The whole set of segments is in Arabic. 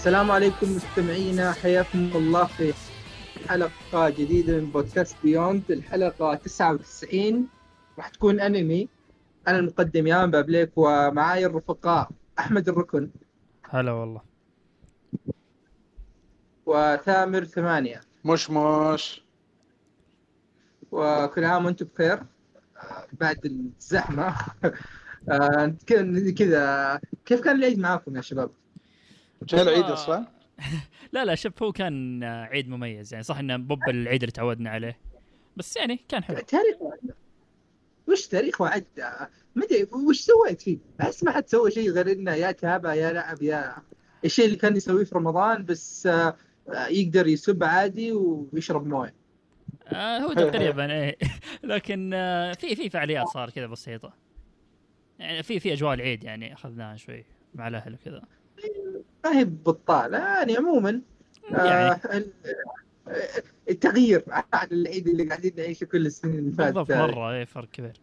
السلام عليكم مستمعينا، حياكم الله في حلقة جديدة من بودكاست بيوند. الحلقة 99 راح تكون أنمي. أنا المقدم يان بابليك، ومعاي الرفقاء أحمد الركن هلا والله. وثامر ثمانية. مش وكل عام وأنتم بخير بعد الزحمة. كذا كيف كان العيد معاكم يا شباب؟ جاء العيد والله اصلا. لا شوف، هو كان عيد مميز يعني، صح انه بوب العيد اللي تعودنا عليه، بس يعني كان حلو. تاريخ وش تاريخ وعد. ما ادري وش سويت فيه. احس ما حد سوى شيء غير انه يا تابع يا لعب يا الشيء اللي كان يسويه في رمضان بس. يقدر يسب عادي ويشرب مويه. هو تقريبا ايه. لكن في فعاليات صار كذا بسيطه، يعني في اجواء العيد يعني اخذناها شوي مع الاهل وكذا ما هي بطالة يعني عموما. يعني. التغيير عن العيد اللي قاعدين نعيشه كل السنين اللي فاتت بالضبط، هذه. مره ايه فرق كبير.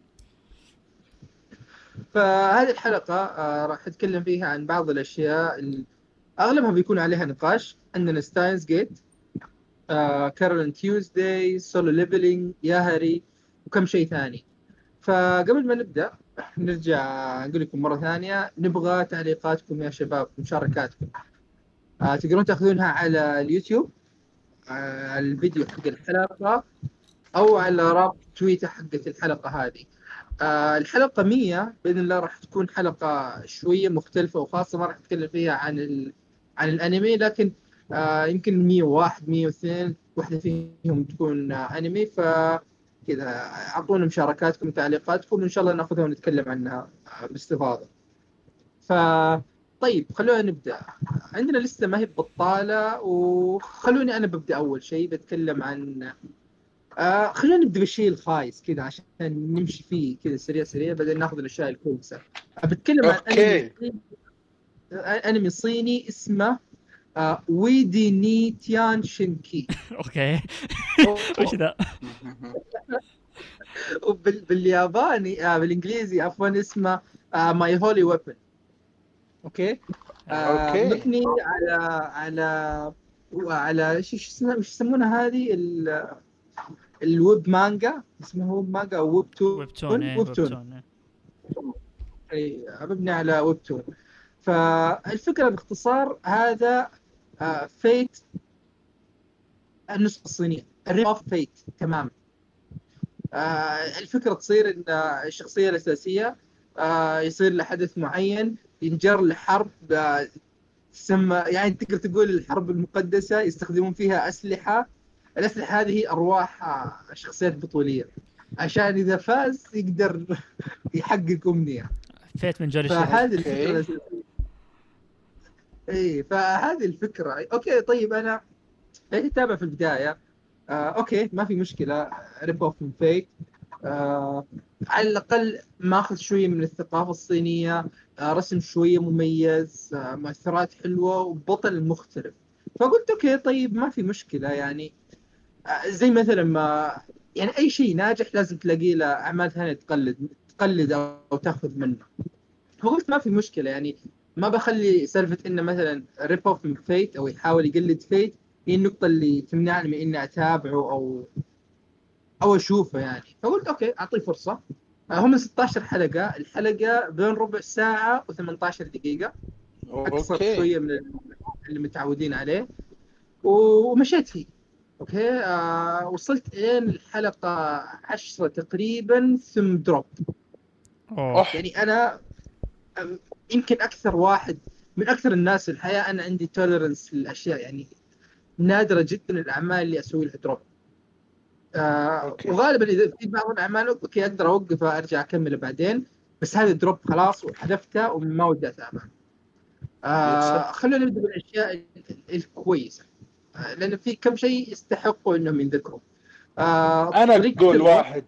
فهذه الحلقة راح أتكلم فيها عن بعض الأشياء اللي أغلبها بيكون عليها نقاش. عندنا ستاينز جيت، كارولين تيوزداي، سولو ليفلينج، ياهري، وكم شيء ثاني. فقبل ما نبدأ نرجع نقول لكم مرة ثانية، نبغى تعليقاتكم يا شباب، مشاركاتكم. تقدرون تاخذونها على اليوتيوب، الفيديو حق الحلقة، أو على رابط تويتر حقت الحلقة هذه. الحلقة 100 بإذن الله راح تكون حلقة شوية مختلفة وخاصة، ما راح نتكلم فيها عن الأنمي، لكن يمكن 101 102 واحدة فيهم تكون أنمي. كذا أعطونا مشاركاتكم وتعليقاتكم، وإن شاء الله ناخذها ونتكلم عنها باستفاضة. ف طيب خلونا نبدأ. عندنا لسه ما هي بطالة، وخلوني أنا ببدأ. أول شيء بتكلم عن خلينا نبدأ بالشيء الخايس كذا عشان نمشي فيه كذا سريع سريع، بعدين ناخذ الأشياء الكويسة. بتكلم عن اوكي. أنمي صيني اسمه ويدي ني تيان شينكي. اوكي. وش ذا؟ بالياباني بالإنجليزي عفوا اسمه ماي هولي ويبن. اوكي. اوكي. مبني على ايش اسمها، وش يسمونها هذه الويب مانجا. اسمه ويب مانجا او ويب ويبتون، تون. ايه ويب تون. ويبتون، ايه. اي مبني على ويب تون. فالفكره باختصار هذا فيت النسخه الصينيه، الريب اوف فيت تماما. الفكره تصير ان الشخصيه الاساسيه يصير له حدث معين، ينجر لحرب تسمى، يعني تقدر تقول الحرب المقدسة، يستخدمون فيها أسلحة. الأسلحة هذه هي أرواح شخصيات بطولية، عشان إذا فاز يقدر يحقق أمنية. فيت من جوري شيفت. فهذه الفكرة اوكي. الأساسية. إيه، فهذه الفكرة. أوكي طيب أنا أتابع في البداية. أوكي ما في مشكلة، ريب أوف من فيت. على الأقل ماخذ شوية من الثقافة الصينية، رسم شوية مميز، مؤثرات حلوة وبطل مختلف. فقلت أوكي طيب ما في مشكلة يعني. زي مثلا ما يعني أي شيء ناجح لازم تلاقي له أعمال ثانية تقلد أو تاخذ منه. فقلت ما في مشكلة يعني. ما بخلي سالفة إنه مثلا ريب أوف من فيت أو يحاول يقلد فيت هي النقطة اللي تمنعني من إني أتابعه أو أشوفه يعني. فقلت أوكي أعطيه فرصة. هم 16 حلقة، الحلقة بين ربع ساعة و18 دقيقة، أقصر اوكي. شوية من اللي متعودين عليه. ومشيت فيه. أوكي وصلت إلين الحلقة 10 تقريبا ثم دروب. اوه. اوح. يعني أنا يمكن أكثر واحد من أكثر الناس في الحياة، أنا عندي توليرنس للأشياء يعني. نادرة جدا الأعمال اللي أسوي لها دروب. اوكي. وغالبا اذا في بعض الاعمال اوكي اقدر اوقفها ارجع اكمله بعدين، بس هذا دروب خلاص وحذفته وما ودي اتابع. يتسب. خلونا نبدا بالاشياء الكويسه، لان في كم شيء يستحقوا انهم ينذكروا. انا طريقه اقول واحد،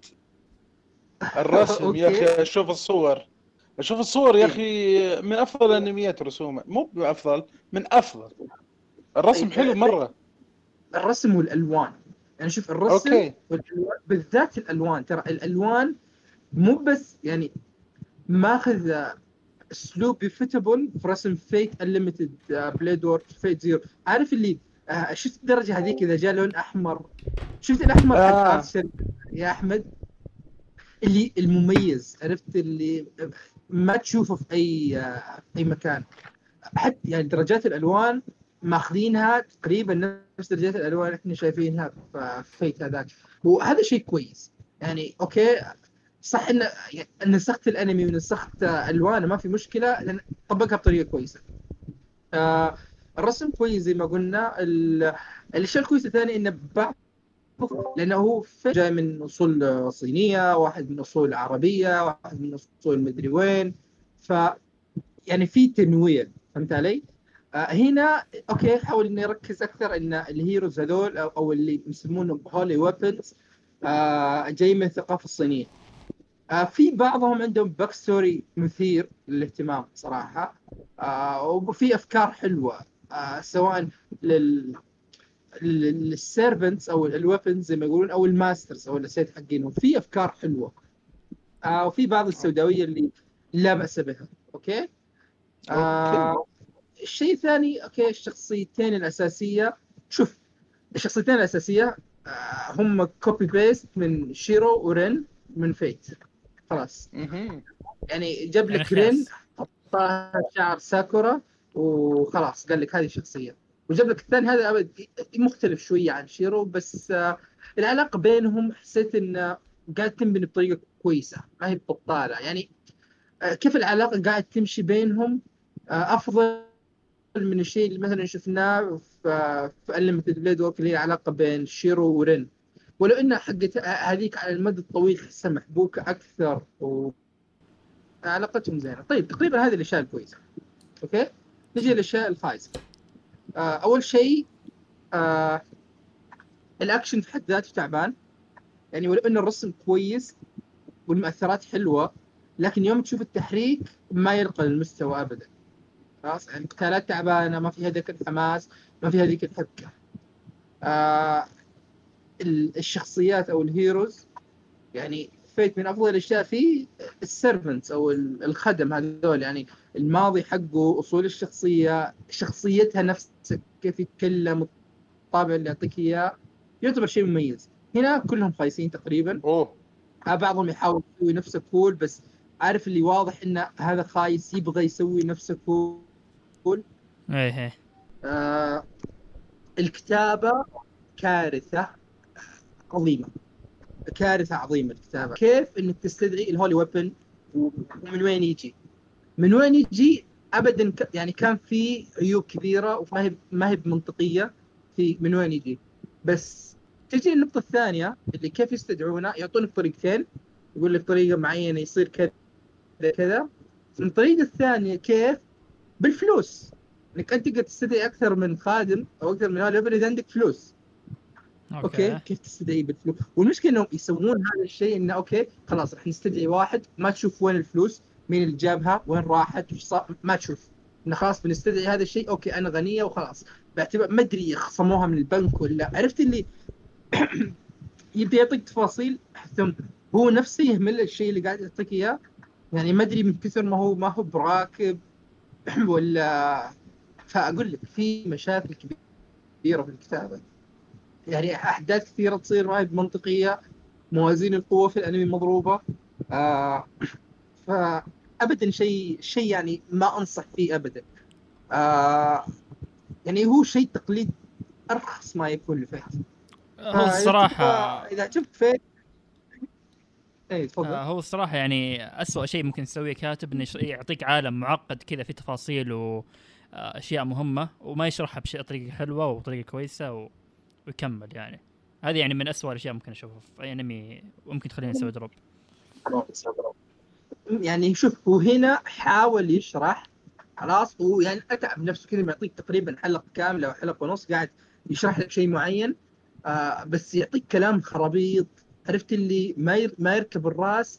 الرسم يا اوكي. اخي. اشوف الصور يا طيب اخي، من افضل الانميات رسوما، مو بافضل، من افضل. الرسم طيب حلو مره. الرسم والالوان. يعني شوف الرسم اوكي. والالوان، بالذات الالوان. ترى الالوان مو بس يعني ماخذ اسلوب يفتبل في رسم فيت انليمتد بليد وورك فيت زيرو. عارف اللي شفت الدرجه هذيك اذا جاء لون احمر، شفت الاحمر حق ارشل يا احمد، اللي المميز، عرفت اللي ما تشوفه في اي مكان. حتى يعني درجات الالوان ماخذينها تقريبا نفس درجات الالوان اللي احنا شايفينها في فيت هذاك، وهذا شيء كويس. يعني اوكي صح ان يعني نسخت الانمي ونسخت الوانه ما في مشكله لان طبقها بطريقه كويسه. الرسم كويس زي ما قلنا. الاشياء الكويسه الثانيه انه بعض، لانه هو جاي من اصول صينيه، واحد من اصول عربيه، واحد من اصول مدري وين، ف يعني في تنويع، فهمت علي؟ هنا اوكي حاول اني اركز اكثر ان الهيروز هذول أو اللي يسمونهم هولي ويبنز جاي من الثقافه الصينيه. في بعضهم عندهم باك ستوري مثير للاهتمام صراحه، وفي افكار حلوه، سواء لل للسيرفنتس او الويبنز زي ما يقولون، او الماسترز او الاسيد حقينهم، في افكار حلوه. وفي بعض السوداويه اللي لا باس بها. اوكي. الشيء الثاني اوكي الشخصيتين الاساسيه. شوف الشخصيتين الاساسيه هم كوبي بيست من شيرو ورين من فيت. خلاص يعني جاب لك رين حطها شعر ساكورا وخلاص قال لك هذه الشخصيه، وجاب لك الثاني هذا مختلف شويه عن شيرو، بس العلاقه بينهم حسيت ان قاعد تنبني بطريقه كويسه، ما هي بطاله يعني. كيف العلاقه قاعد تمشي بينهم افضل من الشيء اللي مثلا شفناه في انليمتد بليد وورك اللي هي علاقه بين شيرو ورين، ولو ان حقت هذيك على المدى الطويل تحسها محبوكه اكثر وعلاقتهم زينه. طيب تقريبا هذه الاشياء الكويسه. اوكي نجي للاشياء الخايسه. اول شيء الاكشن في حد ذاته تعبان، يعني ولو ان الرسم كويس والمؤثرات حلوه، لكن يوم تشوف التحريك ما يرقى للمستوى ابدا. خلاص يعني قتالات تعبانه، ما فيها ذاك الحماس، ما فيها ذيك الحبكه. الشخصيات او الهيروز يعني فيت من افضل الاشياء فيه السيرفنتس او الخدم هذول، يعني الماضي حقه، اصول الشخصيه، شخصيتها نفسها، كيف يتكلم، الطابع اللي يعطيك اياه، يعتبر شيء مميز. هنا كلهم خايسين تقريبا. بعضهم يحاول يسوي نفسه كول، بس عارف اللي واضح ان هذا خايس يبغى يسوي نفسه كول. ايه الكتابه كارثه عظيمه، كارثه عظيمه الكتابه. كيف انك تستدعي الهولي ويبن ومن وين يجي، من وين يجي ابدا، يعني كان في عيوب كبيره وما هي منطقيه في من وين يجي. بس تجي النقطه الثانيه اللي كيف يستدعونه، يعطونك طريقتين، يقول لك طريقه معينه يصير كذا كذا. الطريقه الثانيه كيف؟ بالفلوس، انك انت تقدر تستدعي اكثر من خادم او اكثر من هولي ويبن اذا عندك فلوس. اوكي كيف تستدعي بالفلوس؟ والمشكله انهم يسوون هذا الشيء انه اوكي خلاص راح نستدعي واحد، ما تشوف وين الفلوس، مين اللي جابها، وين راحت، وش صار، ما تشوف. انه خلاص بنستدعي هذا الشيء، اوكي انا غنيه وخلاص، باعتبار ما ادري خصموها من البنك ولا عرفت اللي يبي يعطيك تفاصيل، ثم هو نفسه يهمل الشيء اللي قاعد يعطيك اياه. يعني ما ادري من كثر ما هو براكب ولا. فاقول لك في مشاكل كبيره في الكتابه، يعني احداث كثيره تصير ما هي منطقيه، موازين القوه في الانمي مضروبه. فابدا شيء يعني ما انصح فيه ابدا. يعني هو شيء تقليد ارخص ما يكون لفيت. هو الصراحه اذا عجبك فيت اي تفضل. هو الصراحه يعني أسوأ شيء ممكن يسويه كاتب انه يعطيك عالم معقد كذا فيه تفاصيل واشياء مهمه وما يشرحها بطريقه حلوه وبطريقه كويسه ويكمل. يعني هذه يعني من أسوأ الاشياء ممكن اشوفها في اي انمي وممكن تخليني اسوي دروب. يعني شوف هو هنا حاول يشرح خلاص، ويعني اتعب نفسه كذا، يعطيك تقريبا حلقه كامله او حلقه ونص قاعد يشرح لك شيء معين، بس يعطيك كلام خرابيط، عرفت اللي ما يركب الراس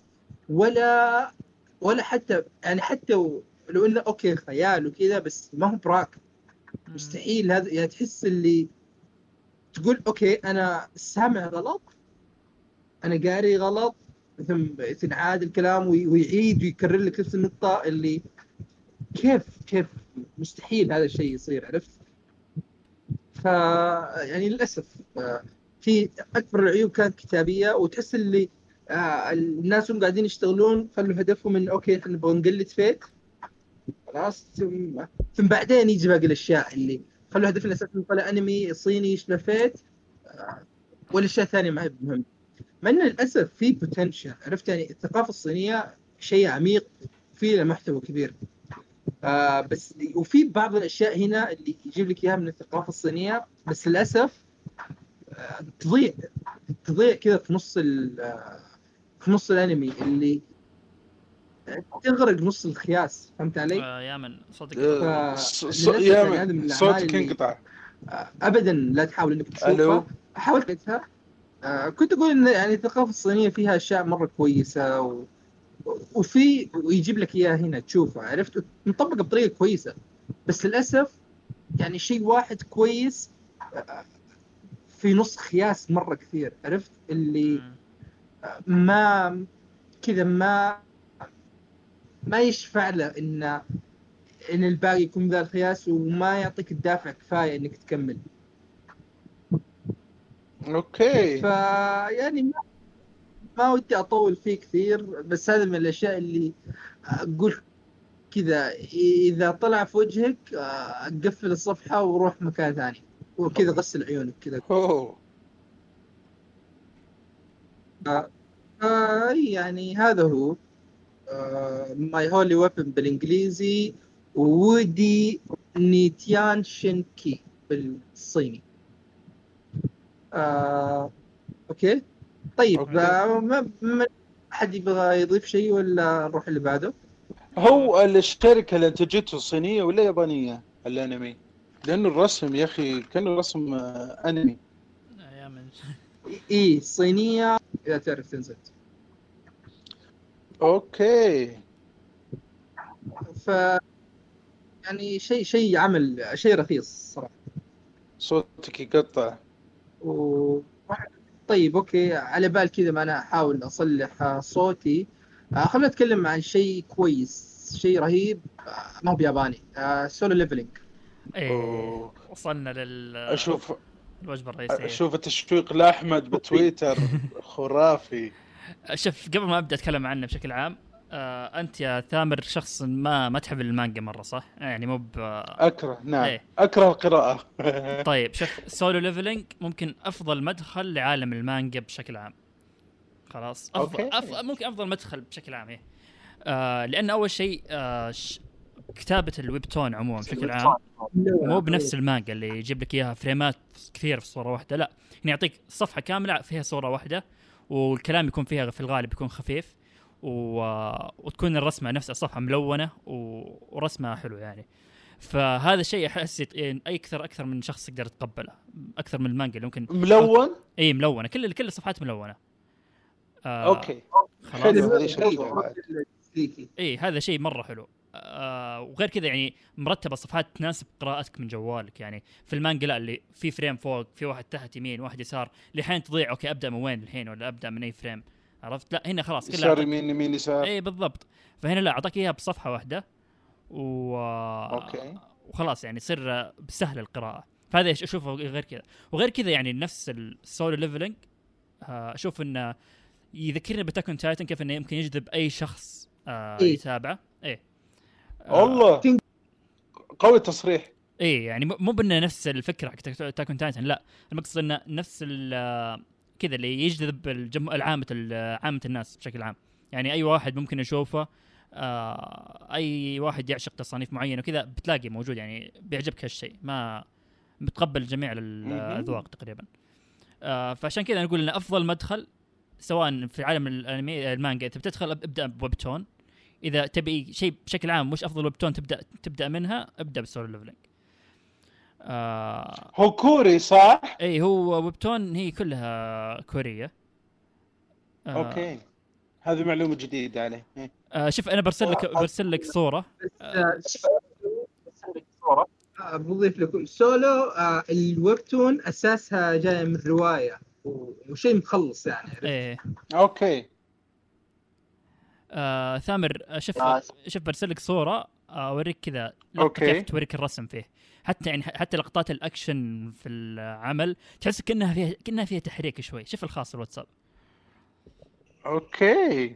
ولا حتى يعني حتى لو انه اوكي خيال وكذا، بس ما هو براك مستحيل. هذا يعني تحس اللي تقول اوكي انا سامع غلط، انا قاري غلط، ثم تنعاد الكلام ويعيد ويكرر لك نفس النقطه اللي كيف مستحيل هذا الشيء يصير، عرفت؟ يعني للاسف في اكبر العيوب كانت كتابيه، وتحس اللي الناس هم قاعدين يشتغلون خلوا هدفهم من اوكي احنا نبغى نقلد فيت خلاص، ثم بعدين يجي باقي الاشياء اللي خلوا هدفنا اساسا نطلع انمي صيني يشبه فيت، والاشياء الثانيه ما هي مهمه. مع انه للاسف في بوتنشل، عرفت؟ يعني الثقافه الصينيه شيء عميق، فيه له محتوى كبير. بس وفي بعض الاشياء هنا اللي يجيب لك اياها من الثقافه الصينيه، بس للاسف تضيع كذا في في نص الانمي، اللي تغرق نص الخياس، فهمت علي؟ يا من صدق. فللاسف يا يعني هذا من من الاعمال صوتك اللي انقطع. ابدا لا تحاول انك تشوفها. الو. حاولت لقيتها. كنت اقول ان يعني الثقافه الصينيه فيها اشياء مره كويسه ويجيب لك اياها هنا تشوفها، عرفت؟ مطبقه بطريقه كويسه، بس للاسف يعني شيء واحد كويس في نص خياس مره كثير، عرفت؟ اللي ما كذا ما يشفع له ان الباقي يكون ذا الخياس، وما يعطيك الدافع كفايه انك تكمل. اوكي. فيعني ما ودي اطول فيه كثير، بس هذا من الاشياء اللي اقول كذا اذا طلع في وجهك قفل الصفحه وروح مكان ثاني وكذا غسل عيونك كذا. اوه. يعني هذا هو ماي هولي ويبن بالانجليزي، وودي نيتيان شينكي بالصيني. اوكي طيب. أوكي. ما حد يبغى يضيف شيء ولا نروح اللي بعده؟ هو الشركة اللي انتجته صينية ولا يابانية الانمي؟ لانه الرسم يا اخي كانه رسم انمي. يا من ايه صينية اذا تعرف تنزل. اوكي. ف يعني شيء عمل شيء رخيص صراحة. صوتك يقطع. و... طيب اوكي، على بال كذا ما انا احاول اصلح صوتي. خلينا نتكلم عن شيء كويس، شيء رهيب. ما هو بياباني. سولو ليفلينج. ايه وصلنا اشوف الوجبه الرئيسيه. اشوف التشويق لاحمد بتويتر خرافي. شوف قبل ما ابدا اتكلم عنه بشكل عام، انت يا ثامر شخص ما تحب المانجا مره صح؟ يعني مو اكره. نعم. ايه. اكره القراءة. طيب شوف، سولو ليفلينج ممكن افضل مدخل لعالم المانجا بشكل عام. خلاص أوكي. ممكن افضل مدخل بشكل عام. ايه لان اول شيء كتابه الويب تون عموما بشكل عام مو بنفس المانجا اللي يجيب لك اياها فريمات كثير في صوره واحده، لا هنا يعطيك صفحه كامله فيها صوره واحده، والكلام يكون فيها في الغالب يكون خفيف، وتكون الرسمه نفس الصفحه ملونه ورسمها حلو يعني. فهذا الشيء احس اكثر من شخص يقدر يتقبله اكثر من المانجا اللي ممكن ملون. اي ملونه، كل الصفحات ملونه. اوكي. خلاص. اي هذا شيء مره حلو. وغير كذا يعني مرتبه الصفحات تناسب قراءتك من جوالك. يعني في المانجا لا، اللي في فريم فوق، في واحد تحت يمين، واحد يسار، لحين تضيع اوكي ابدا من وين الحين ولا ابدا من اي فريم، عرفت؟ لا هنا خلاص كلها يسار يمين يمين يسار. اي بالضبط. فهنا لا اعطاك اياها بصفحه واحده اوكي. وخلاص يعني يصير بسهل القراءه. فهذا اشوفه وغير كذا يعني نفس السولو ليفلينج اشوف انه يذكرني بتاكون تايتن، كيف انه يمكن يجذب اي شخص يتابعه. ايه والله قوي التصريح. ايه يعني مو بانه نفس الفكره حق تاكون تايتن، لا المقصد انه نفس كذا اللي يجذب عامه الناس بشكل عام. يعني اي واحد ممكن يشوفه، اي واحد يعشق تصانيف معينه وكذا بتلاقي موجود، يعني بيعجبك هالشيء، ما بتقبل جميع الاذواق تقريبا. فعشان كذا نقول ان افضل مدخل سواء في عالم الانمي المانجا انت بتدخل ابدا بويبتون، اذا تبي شيء بشكل عام مش افضل ويبتون تبدا منها، ابدا بالسولو ليفلينج. هو كوري صح؟ اي هو ويبتون هي كلها كوريه. اوكي هذه معلومه جديده عليه. شوف انا برسل لك صوره. بضيف لكم سولو. الويبتون اساسها جايه من روايه وشيء مخلص يعني. ايه اوكي. ثامر شوف برسل لك صوره. اوريك كذا لقطه أوكي. كيف توريك الرسم فيه. حتى يعني حتى لقطات الاكشن في العمل تحس كأنها فيها تحريك شوي. شوف الخاص الواتساب. اوكي.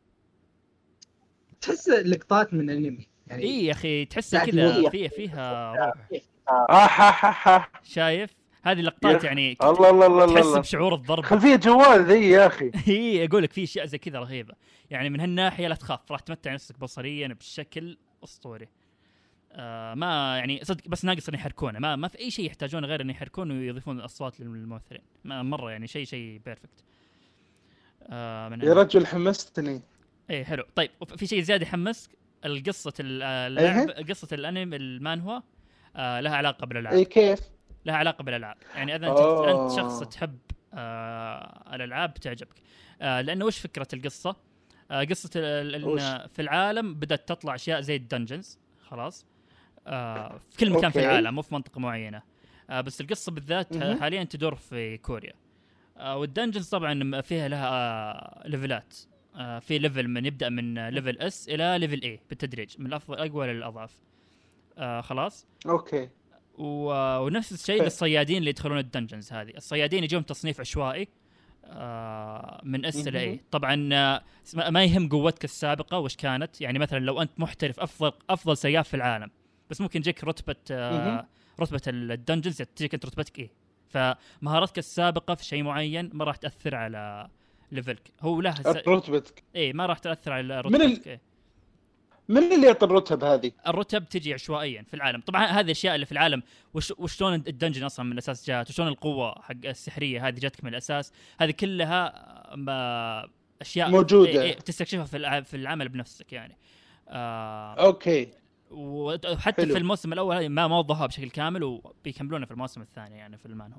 تحس لقطات من انمي يعني. اي يا اخي تحسها بعد كذا موضوع. فيها روح. ها شايف هذه اللقطات يعني الله الله الله تحس الله. بشعور الضرب. خلفيه جوال ذي يا اخي. هي اقول لك في اشياء زي كذا رهيبه يعني. من هالناحيه لا تخاف، راح تمتع نفسك بصريا بشكل اسطوري. ما يعني صدق بس ناقص ان يحركونه. ما في اي شيء يحتاجونه غير ان يحركون ويضيفون الاصوات للممثلين. ما مره يعني شيء بيرفكت. يا رجل حمستني. ايه حلو. طيب في شيء زياده يحمسك؟ القصه اللعب، قصه الانمي المانهوا لها علاقه بالالعاب. اي كيف؟ لها علاقه بالالعاب يعني. اذا انت شخص تحب الالعاب تعجبك. لانه وش فكره القصه؟ قصه في العالم بدات تطلع اشياء زي الدنجنز خلاص. في كل مكان في العالم، مو في منطقه معينه. بس القصه بالذات حاليا تدور في كوريا. والدنجنز طبعا فيها لها ليفلات. في ليفل من يبدا من ليفل اس الى ليفل اي بالتدريج، من الافضل اقوى للاضعف. خلاص اوكي. ونفس الشيء للصيادين اللي يدخلون الدنجنز هذه. الصيادين يجون تصنيف عشوائي من اس الى اي. طبعا ما يهم قوتك السابقه وش كانت. يعني مثلا لو انت محترف افضل سياف في العالم، بس ممكن يجيك رتبه الدنجنز تجيك انت رتبتك ايه. فمهاراتك السابقه في شيء معين ما راح تاثر على ليفلك. هو له رتبتك ايه ما راح تاثر على رتبتك. من اللي يعطي الرتب هذه؟ الرتب تجي عشوائيا في العالم. طبعا هذه الاشياء اللي في العالم وشلون الدنجن اصلا من الاساس جات، وشلون القوه حق السحريه هذه جاتك من الاساس. هذه كلها اشياء موجوده تستكشفها في العمل بنفسك يعني. اوكي. وحتى حلو. في الموسم الاول ما وضحوها بشكل كامل، وبيكملونه في الموسم الثاني يعني في المانهو.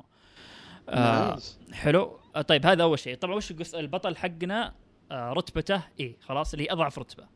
حلو. طيب هذا اول شيء. طبعا وش البطل حقنا رتبته ايه خلاص، اللي هي اضعف رتبه.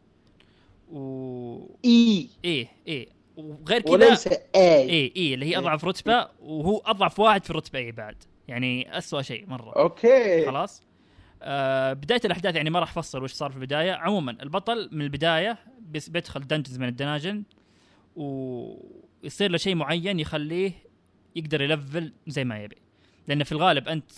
ايه وغير كذا وليس ايه اللي هي اضعف رتبه، وهو اضعف واحد في الرتبه ايه بعد يعني اسوأ شيء مره. اوكي خلاص. بدايه الاحداث يعني ما راح افصل وش صار في البدايه. عموما البطل من البدايه بيدخل دنجنز من الدناجن، ويصير له شيء معين يخليه يقدر يلفل زي ما يبي. لان في الغالب انت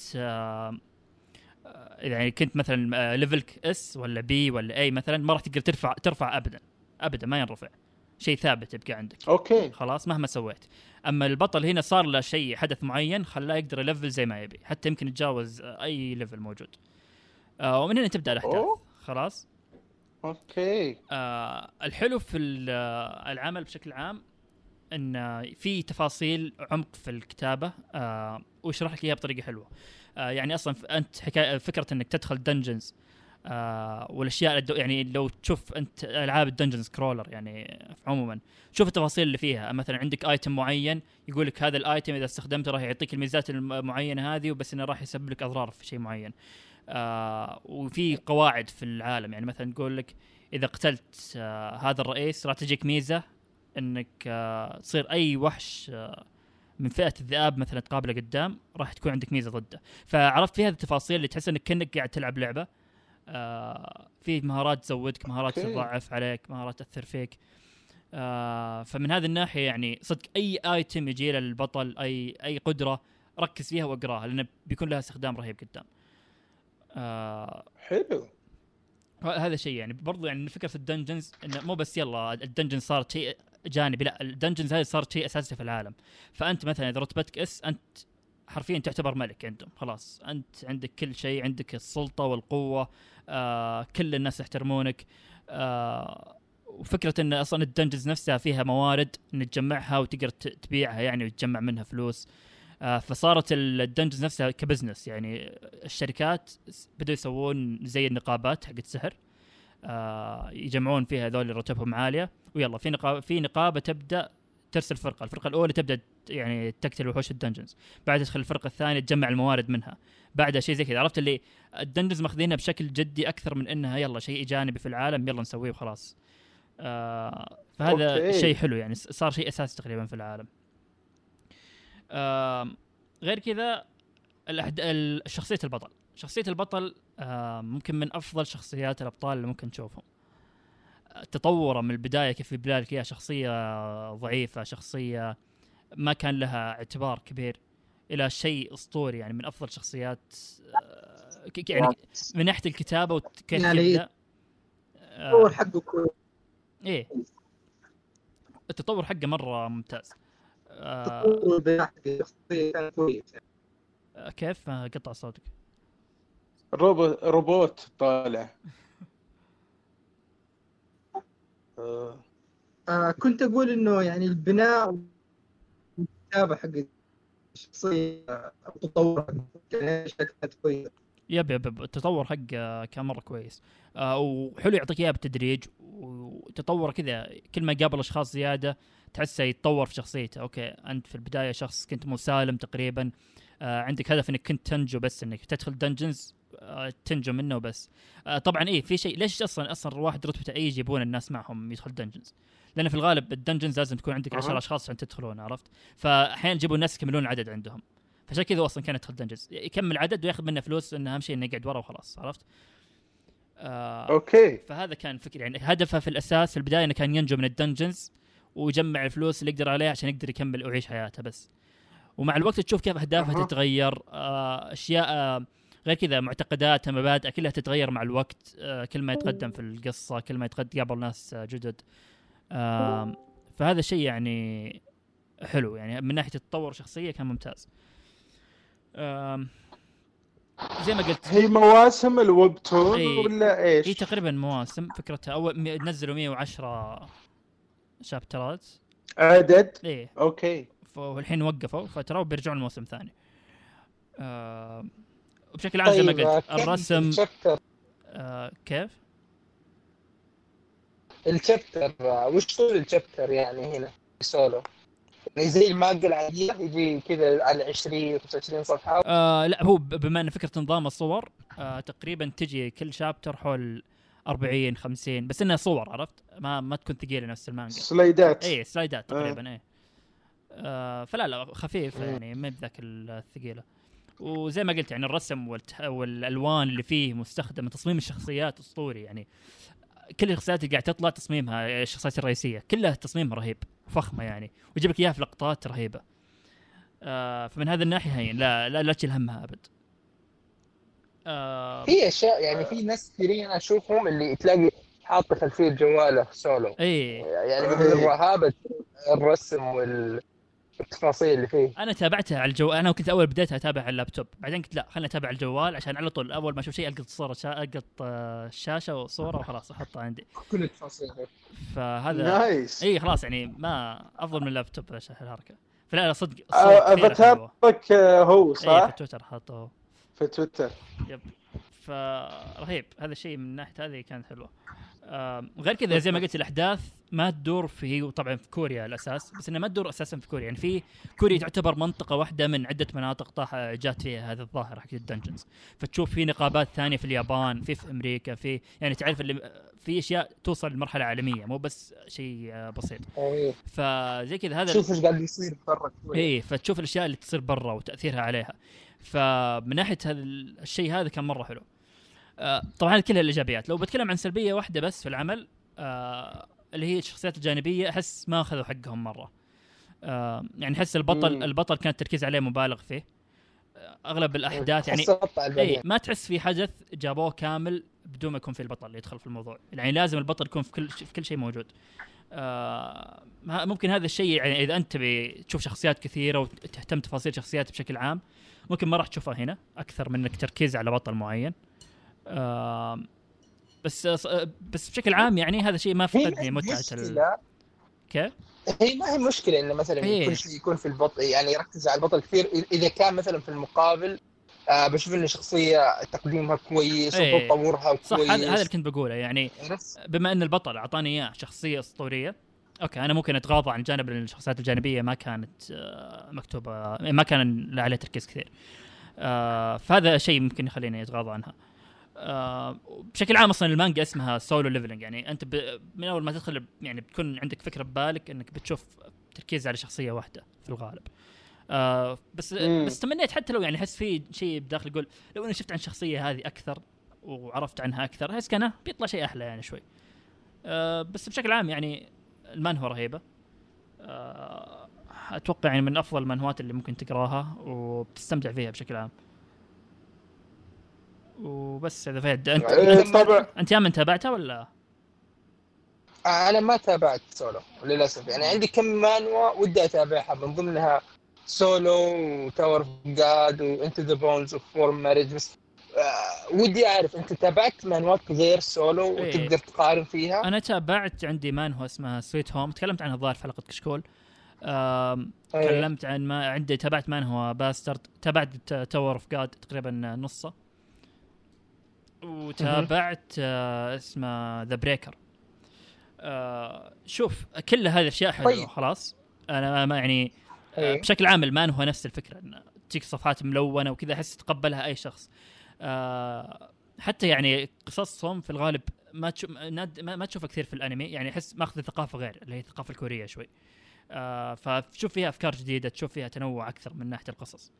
يعني كنت مثلا ليفلك اس ولا بي ولا اي مثلا، ما راح تقدر ترفع ابدا ما ينرفع، شيء ثابت يبقى عندك. اوكي خلاص مهما سويت. اما البطل هنا صار له شيء، حدث معين خلاه يقدر يلفل زي ما يبي، حتى يمكن يتجاوز اي ليفل موجود. ومن هنا تبدا الاحداث. خلاص اوكي. الحلو في العمل بشكل عام ان في تفاصيل عمق في الكتابه، ويشرح لك اياها بطريقه حلوه. يعني اصلا انت فكره انك تدخل دنجنز والاشياء يعني لو تشوف انت العاب الدنجنز كرولر يعني عموما، شوف التفاصيل اللي فيها. مثلا عندك ايتم معين يقول لك هذا الايتم اذا استخدمته راح يعطيك الميزات المعينه هذه، وبس انه راح يسبب لك اضرار في شيء معين. وفي قواعد في العالم يعني مثلا تقول لك اذا قتلت هذا الرئيس راح تجيك ميزه انك تصير اي وحش من فئه الذئاب مثلا تقابله قدام راح تكون عندك ميزه ضده. فعرفت في هذه التفاصيل اللي تحس انك كأنك قاعد تلعب لعبه. في مهارات تزودك، مهارات تضعف عليك، مهارات تأثر فيك. فمن هذه الناحيه يعني صدق اي ايتم يجي للبطل، اي قدره ركز فيها واقراها، لانه بيكون لها استخدام رهيب قدام. حلو. هذا شيء يعني برضو يعني فكره الدنجنز انه مو بس يلا الدنجن صارت شيء جانبي، لا الدنجنز هذه صارت شيء اساسي في العالم. فانت مثلا اذا رتبتك اس انت حرفيا تعتبر ملك عندهم. خلاص انت عندك كل شيء، عندك السلطه والقوه، كل الناس يحترمونك. وفكره ان اصلا الدنجنز نفسها فيها موارد ان تجمعها وتقدر تبيعها يعني وتجمع منها فلوس. فصارت الدنجنز نفسها كبزنس يعني. الشركات بدأوا يسوون زي النقابات حقت سحر، يجمعون فيها هذول اللي رتبهم عاليه، ويلا في نقابه تبدا ترسل الفرقه الاولى تبدا يعني تقتل وحوش الدنجنز، بعد تدخل الفرقه الثانيه تجمع الموارد منها، بعدها شيء زي كذا. عرفت اللي الدنجنز ماخذينها بشكل جدي اكثر من انها يلا شيء جانبي في العالم يلا نسويه وخلاص. فهذا شيء حلو يعني، صار شيء اساسي تقريبا في العالم. غير كذا شخصية البطل ممكن من أفضل شخصيات الأبطال اللي ممكن تشوفهم. تطوره من البدايه كيف يبني لك اياها شخصيه ضعيفه، شخصيه ما كان لها اعتبار كبير، الى شيء اسطوري يعني من افضل شخصيات يعني من ناحيه الكتابه وكيف يعني يبدا. التطور حقه كويس. ايه التطور حقه مره ممتاز. التطور البناء حق الشخصيه كان كويس. كيف قطع صوتك؟ روبوت طالع. كنت اقول انه يعني البناء والكتابه حق الشخصيه او التطور يعني كانت كويسه. يب التطور حقه كان مره كويس. وحلو يعطيك اياه بالتدريج، وتطور كذا كل ما يقابل اشخاص زياده تحسه يتطور في شخصيته. اوكي انت في البدايه شخص كنت مسالم تقريبا، عندك هدف انك كنت تنجو، بس انك تدخل دنجنز تنجو منه بس. طبعا ايه في شيء ليش اصلا الواحد رتبته اي يجيبون الناس معهم يدخل دنجنز، لان في الغالب الدنجنز لازم تكون عندك 10 اشخاص عشان تدخلون، عرفت؟ فاحيانا يجيبون الناس يكملون العدد عندهم، فعشان كذا اصلا كان يدخل دنجنز يكمل عدد وياخذ منه فلوس، انه اهم شيء انه يقعد ورا وخلاص، عرفت؟ اوكي. فهذا كان فكر يعني هدفه في الاساس في البدايه انه كان ينجو من الدنجنز ويجمع الفلوس اللي يقدر عليها عشان يقدر يكمل ويعيش حياته بس. ومع الوقت تشوف كيف اهدافه تتغير، اشياء غير كذا معتقداتها مبادئ كلها تتغير مع الوقت، كل ما يتقدم في القصه كل ما يتقابل ناس جدد. فهذا الشيء يعني حلو يعني من ناحيه التطور شخصيه كان ممتاز. زي ما قلت هي مواسم الويبتون ولا ايش؟ هي تقريبا مواسم، فكرتها اول نزلوا 110 شابترات عدد. ايه اوكي. والحين وقفوا فترى بيرجعون الموسم الثاني. بشكل عام زي ما قلت الرسم كيف الشابتر وش طول الشابتر يعني هنا سولو يعني زي المانجا العادية يجي كذا على 20 25 صفحة؟ لا هو بما ان فكرة نظام الصور تقريبا تجي كل شابتر حول 40 50 بس انها صور، عرفت؟ ما تكون ثقيلة نفس المانجا، سلايدات. ايه سلايدات تقريبا ايه. فلا خفيف يعني ما بذاك الثقيلة. وزي ما قلت يعني الرسم والالوان اللي فيه مستخدمه، تصميم الشخصيات اسطوري يعني. كل الشخصيات اللي قاعد تطلع تصميمها الشخصيات الرئيسيه كلها تصميم رهيب فخمه يعني، ويجيب لك اياها في لقطات رهيبه. فمن هذا الناحيه هي لا تشيل همها ابد. في اشياء يعني في ناس كثيرين اشوفهم اللي تلاقي حاطه خلفيه جواله سولو ايه يعني من رهابه الرسم التفاصيل اللي فيه. انا تابعتها على الجوال، انا كنت اول بديتها اتابع على اللابتوب، بعدين قلت لا خليني اتابع الجوال عشان على طول اول ما اشوف شيء القط صوره القط الشاشه وصوره وخلاص احطها عندي كل التفاصيل. فهذا نايس. اي خلاص يعني ما افضل من اللابتوب عشان الحركه. فلا صدق افاتارك هو صح؟ اي في تويتر حاطه في تويتر. يب فرهيب هذا الشيء من ناحيه هذه كانت حلوه. غير كذا زي ما قلت الاحداث ما تدور في طبعا في كوريا الاساس، بس انها ما تدور اساسا في كوريا يعني. في كوريا تعتبر منطقه واحده من عده مناطق جات فيها هذه الظاهره حق الدنجنز، فتشوف في نقابات ثانيه في اليابان، في امريكا، في يعني تعرف اللي في اشياء توصل لمرحله عالميه مو بس شيء بسيط. فزي كذا هذا تشوف ايش قاعد يصير برا كوريا. ايه فتشوف الاشياء اللي تصير برا وتاثيرها عليها. فمن ناحيه هذا الشيء هذا كان مره حلو. طبعا كل الايجابيات. لو بتكلم عن سلبيه واحده بس في العمل اللي هي الشخصيات الجانبيه، احس ما اخذوا حقهم مره. يعني احس البطل كان التركيز عليه مبالغ فيه. اغلب الاحداث يعني اي ما تحس في حدث جابوه كامل بدون ما يكون في البطل اللي يدخل في الموضوع، يعني لازم البطل يكون في كل شيء موجود. ممكن هذا الشيء يعني اذا انت تشوف شخصيات كثيره وتهتم تفاصيل شخصيات بشكل عام ممكن ما راح تشوفها هنا اكثر من انك تركيز على بطل معين. بس بشكل عام يعني هذا شيء ما فقدني متعه كيف؟ هي ما هي مشكله انه مثلا كل شيء يكون في البطل يعني يركز على البطل كثير اذا كان مثلا في المقابل بشوف ان الشخصيه تقديمها كويس وتطورها كويس. صح هذا اللي كنت بقوله يعني. بما ان البطل اعطاني اياه شخصيه اسطوريه اوكي انا ممكن اتغاضى عن جانب الشخصيات الجانبيه ما كانت مكتوبه، ما كان عليها تركيز كثير. فهذا شيء ممكن يخليني اتغاضى عنها. بشكل عام اصلا المانجا اسمها سولو ليفلنج، يعني انت من اول ما تدخل يعني بتكون عندك فكره ببالك انك بتشوف تركيز على شخصيه واحده في الغالب. بس تمنيت حتى لو يعني احس في شيء بداخل يقول لو انا شفت عن الشخصيه هذه اكثر وعرفت عنها اكثر احس كان بيطلع شيء احلى يعني شوي. بس بشكل عام يعني المانهوا رهيبه. اتوقع يعني من افضل المانهوات اللي ممكن تقراها وبتستمتع فيها بشكل عام. وبس هذا فهد. انت يا من تابعتها ولا؟ انا ما تابعت سولو للاسف، يعني عندي كم مانوا ودي اتابعها، من ضمنها سولو وتاور اوف جاد وانتو ذا بونز اوف فورم ماريج. بس ودي اعرف انت تابعت مانوات غير سولو وتقدر تقارن فيها؟ انا تابعت، عندي مانهوا اسمها سويت هوم، تكلمت عنها الظاهر في حلقه كشكول. تكلمت عن ما عندي، تابعت مانهوا باسترد، تابعت تاور اوف جاد تقريبا نصه، وتابعت اسمه ذا بريكر. شوف كل هذه الاشياء حلوه خلاص. انا ما يعني بشكل عام المان هو نفس الفكره، ان تجيك صفحات ملونه وكذا احس تقبلها اي شخص. حتى يعني قصصهم في الغالب ما تشوفها كثير في الانمي، يعني احس ماخذ ثقافه غير اللي هي الثقافه الكوريه شوي. فتشوف فيها افكار جديده، تشوف فيها تنوع اكثر من ناحيه القصص.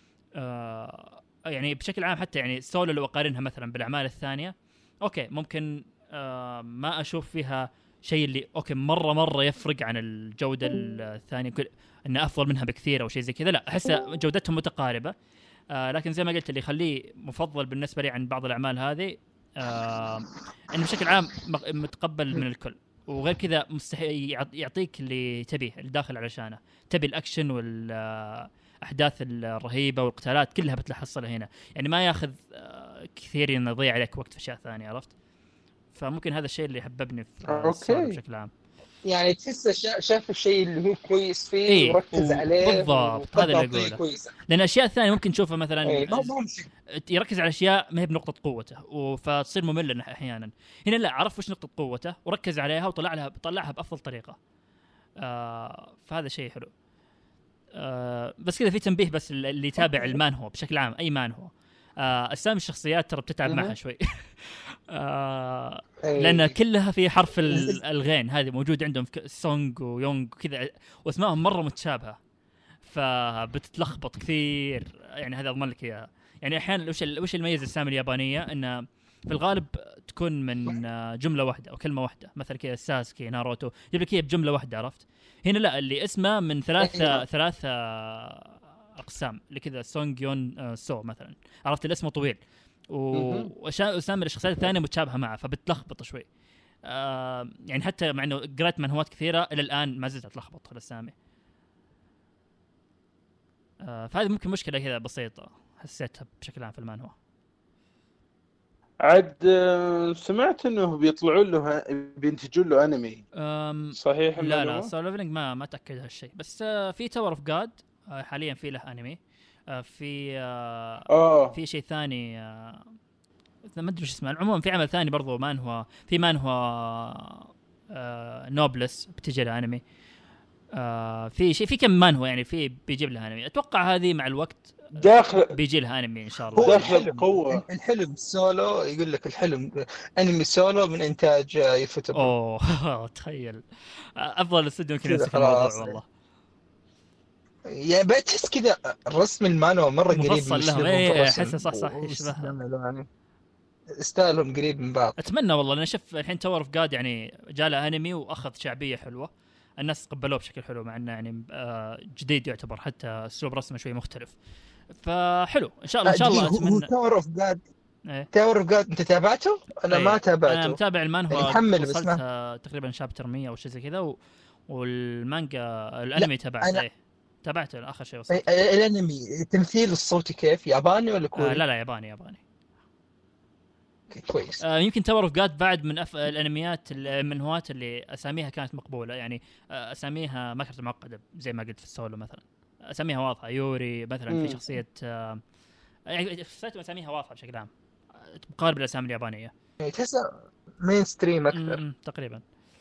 يعني بشكل عام حتى يعني سولو لو اقارنها مثلا بالاعمال الثانيه، اوكي ممكن ما اشوف فيها شيء اللي اوكي مره يفرق عن الجوده الثانيه انه افضل منها بكثير او شيء زي كذا، لا احس جودتهم متقاربه. لكن زي ما قلت اللي يخليه مفضل بالنسبه لي عن بعض الاعمال هذه انه بشكل عام متقبل من الكل، وغير كذا مستحيل يعطيك اللي تبيه الداخل علشانه. تبي الاكشن والاحداث الرهيبه والقتالات كلها بتحصلها هنا، يعني ما ياخذ كثير انه يضيع عليك وقت في اشياء ثانيه، عرفت؟ فممكن هذا الشيء اللي حببني في السولو بشكل عام. يعني تحس شاف الشيء اللي هو كويس فيه وركز عليه بالضبط، هذا اللي اقوله. لان الاشياء الثانيه ممكن تشوفها مثلا يركز على اشياء ما هي بنقطه قوته فتصير ممله احيانا. هنا لا، عرف وش نقطه قوته وركز عليها وطلعها بافضل طريقه. فهذا شيء حلو. بس كذا في تنبيه، بس اللي يتابع المان هو بشكل عام اي مان هو اسامي الشخصيات ترى بتتعب معها شوي. لأن كلها في حرف الغين، هذه موجود عندهم في سونغ ويونغ وكذا، واسمائهم مرة متشابهة فبتتلخبط كثير. يعني هذا أضمن لك إياها. يعني أحيانا وش الميز الأسامي اليابانية، إن في الغالب تكون من جملة واحدة أو كلمة واحدة، مثل كذا ساسكي ناروتو يجيب لك بجملة واحدة، عرفت؟ هنا لا، اللي اسمه من ثلاثة أقسام اللي كذا سونغ يون سو مثلا، عرفت؟ الاسم طويل وأسامي الشخصيات الثانية متشابهة معه فبتلخبط شوي. يعني حتى مع إنه قرأت منهوات كثيرة إلى الآن ما زلت أتلخبط الأسامي. فهذه ممكن مشكلة كذا بسيطة حسيتها بشكل عام في المانهوا. عاد سمعت إنه بيطلعوا له بينتجوا له أنمي صحيح؟ لا سولو ليفلينج ما تأكد هالشيء، بس في تاور اوف جاد حاليا في له أنمي. في شيء ثاني ما ادري ايش اسمه. العموم في عمل ثاني برضو مانهوا، في مانهوا نوبلس بتجي له انمي. في شيء في كم مانهوا يعني في بيجيب له انمي. اتوقع هذه مع الوقت بيجي لها انمي ان شاء الله. داخل قوه الحلم سولو، يقول لك الحلم انمي سولو من انتاج يفوتبول. تخيل افضل استوديو يمكن يمسك الموضوع والله. يعني بتحس كذا الرسم المانو مرة قريب من لهم. احس صح يشبه، استاهلهم قريب من بعض. اتمنى والله. انا شوف الحين تاور اوف جاد يعني جاله انمي واخذ شعبيه حلوه، الناس تقبلوه بشكل حلو، مع انه يعني جديد يعتبر، حتى اسلوب رسمه شوي مختلف، فحلو ان شاء الله. اتمنى. تاور اوف جاد انت تابعته؟ انا ما تابعته. انا متابع المانهوا، محمل بس تقريبا شابتر 100 او شيء زي كذا، والمانجا الانمي تابعته. تابعته اخر شيء وصلت. الانمي التمثيل الصوتي كيف؟ ياباني ولا كوري؟ لا ياباني. كويس. يمكن تاور اوف جاد بعد من الانميات المنهوات اللي اساميها كانت مقبوله، يعني اساميها ما كانت معقده زي ما قلت في السولو مثلا. اساميها واضحه، يوري مثلا في شخصيه يعني شخصيته اساميها واضحه بشكل عام مقاربه للاسامي اليابانيه، تحسها مين ستريم اكثر تقريبا.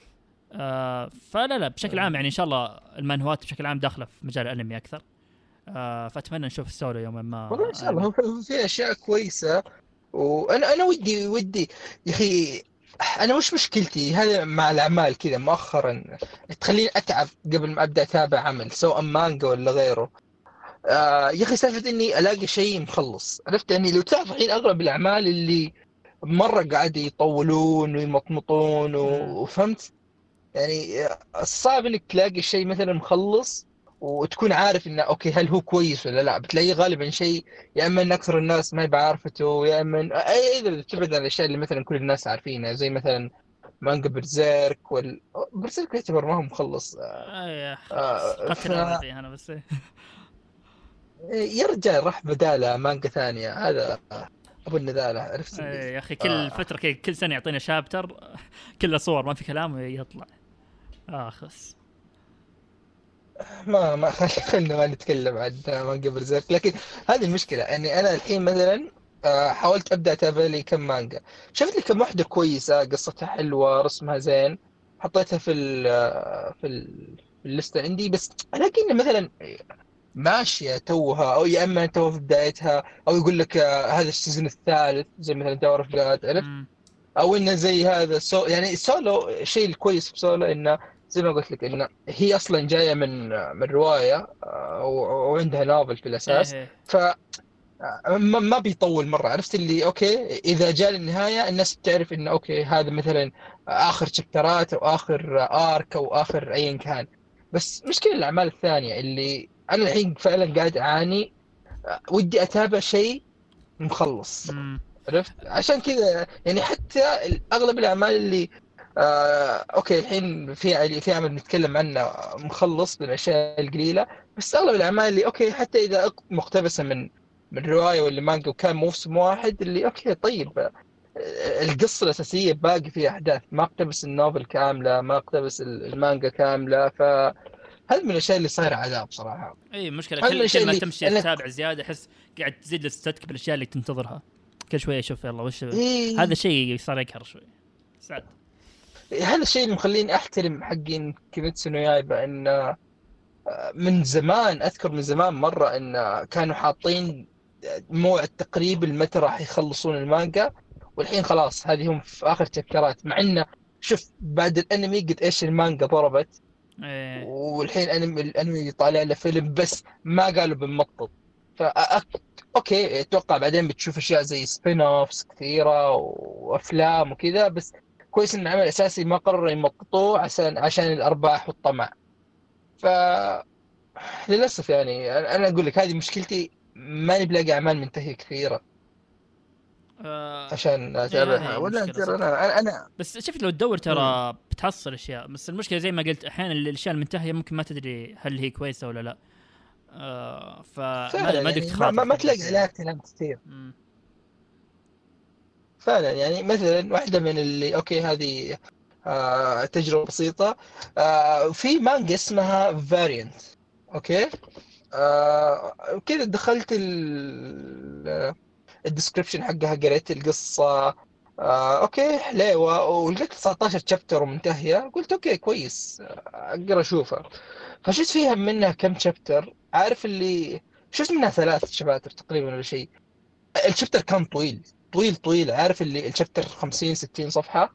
فلا بشكل عام يعني ان شاء الله المانهوات بشكل عام داخله في مجال الانمي اكثر. فاتمنى نشوف السولو يوما ما والله ان شاء الله. في اشياء كويسه، وانا ودي يا اخي. انا وش مشكلتي هذا مع الاعمال كذا مؤخرا تخليني اتعب قبل ما ابدا اتابع عمل سواء مانجا ولا غيره. يا اخي سالفه اني الاقي شيء مخلص، عرفت؟ يعني لو تعرف الحين اغلب الاعمال اللي مره قاعد يطولون ويمطمطون وفهمت يعني الصعب انك تلاقي شيء مثلا مخلص وتكون عارف انه اوكي هل هو كويس ولا لا. بتلاقيه غالبا شيء يا اما ان اكثر الناس ما بعرفته، يا اما اذا تبعد عن الاشياء اللي مثلا كل الناس عارفينها، زي مثلا مانجا برزيرك برزيرك يعتبر ما هو مخلص. قتل الرضي انا بس يرجع راح بداله مانجا ثانيه، هذا ابو النذاله عرفت يا اخي كل فتره كل سنه يعطينا شابتر كله صور ما في كلام ويطلع خس. ما خلينا ما نتكلم عن مانجا برزيرك. لكن هذه المشكله اني انا الحين مثلا حاولت ابدا اتابع لي كم مانجا، شفت لي كم واحده كويسه قصتها حلوه رسمها زين، حطيتها في الليسته عندي، بس الاقي انه مثلا ماشيه توها، او يا اما توها في بدايتها، او يقول لك هذا السيزون الثالث زي مثلا دور في جاد عرفت، او انه زي هذا يعني سولو. الشيء الكويس في سولو انه زي ما قلت لك انه هي اصلا جايه من روايه او عندها نوفل في الاساس. ف ما بيطول مره، عرفت اللي اوكي اذا جاء للنهايه الناس بتعرف انه اوكي هذا مثلا اخر شابترات او اخر ارك او اخر ايا كان. بس مشكله الاعمال الثانيه اللي انا الحين فعلا قاعد اعاني، ودي اتابع شيء مخلص عرفت. عشان كذا يعني حتى اغلب الاعمال اللي اوكي الحين في عمل نتكلم عنه مخلص بالاشياء القليله، بس اغلب الاعمال اللي اوكي حتى اذا مقتبسه من روايه ولا مانجا وكان موسم واحد اللي اوكي طيب القصه الاساسيه باقي فيها احداث، ما اقتبس النوفل كامله، ما اقتبس المانجا كامله. هذا من الاشياء اللي صايره عذاب صراحه. اي مشكله كل ما تمشي تتابع زياده احس قاعد تزيد لستك بالاشياء اللي تنتظرها كل شويه. شوف يلا وش هذا الشيء صار يكهر شوي سعد. هذا الشيء اللي مخليني احترم حقين كيميتسو نو يايبا، ان من زمان اذكر من زمان مره ان كانوا حاطين موعد تقريبي متى راح يخلصون المانجا، والحين خلاص هذه هم في اخر تشابترات. مع انه شوف بعد الانمي قد ايش المانجا ضربت والحين الانمي طالع له فيلم بس ما قالوا بنمطط. اوكي اتوقع بعدين بتشوف اشياء زي سبين اوفس كثيره وافلام وكذا، بس كويس ان العمل الاساسي ما قرروا يمططوه عشان الارباح والطمع. ف للاسف يعني انا اقول لك هذه مشكلتي، ماني بلاقي اعمال منتهيه كثيره عشان اتابعها. ولا انا بس شفت لو تدور ترى بتحصل اشياء، بس المشكله زي ما قلت احيانا الاشياء المنتهيه ممكن ما تدري هل هي كويسه ولا لا. فما يعني ما تلاقي عليها كلام كثير فعلا. يعني مثلا واحده من اللي اوكي هذه تجربه بسيطه، في مانجا اسمها فاريانت اوكي، كذا دخلت الديسكريبشن حقها قريت القصه اوكي حليوه، ولقيت 19 شابتر ومنتهيه، قلت اوكي كويس اقدر اشوفها. فشفت فيها منها كم شابتر، عارف اللي شفت منها 3 شباتر تقريبا ولا شيء. الشابتر كان طويل عارف اللي الشابتر 50 60 صفحه.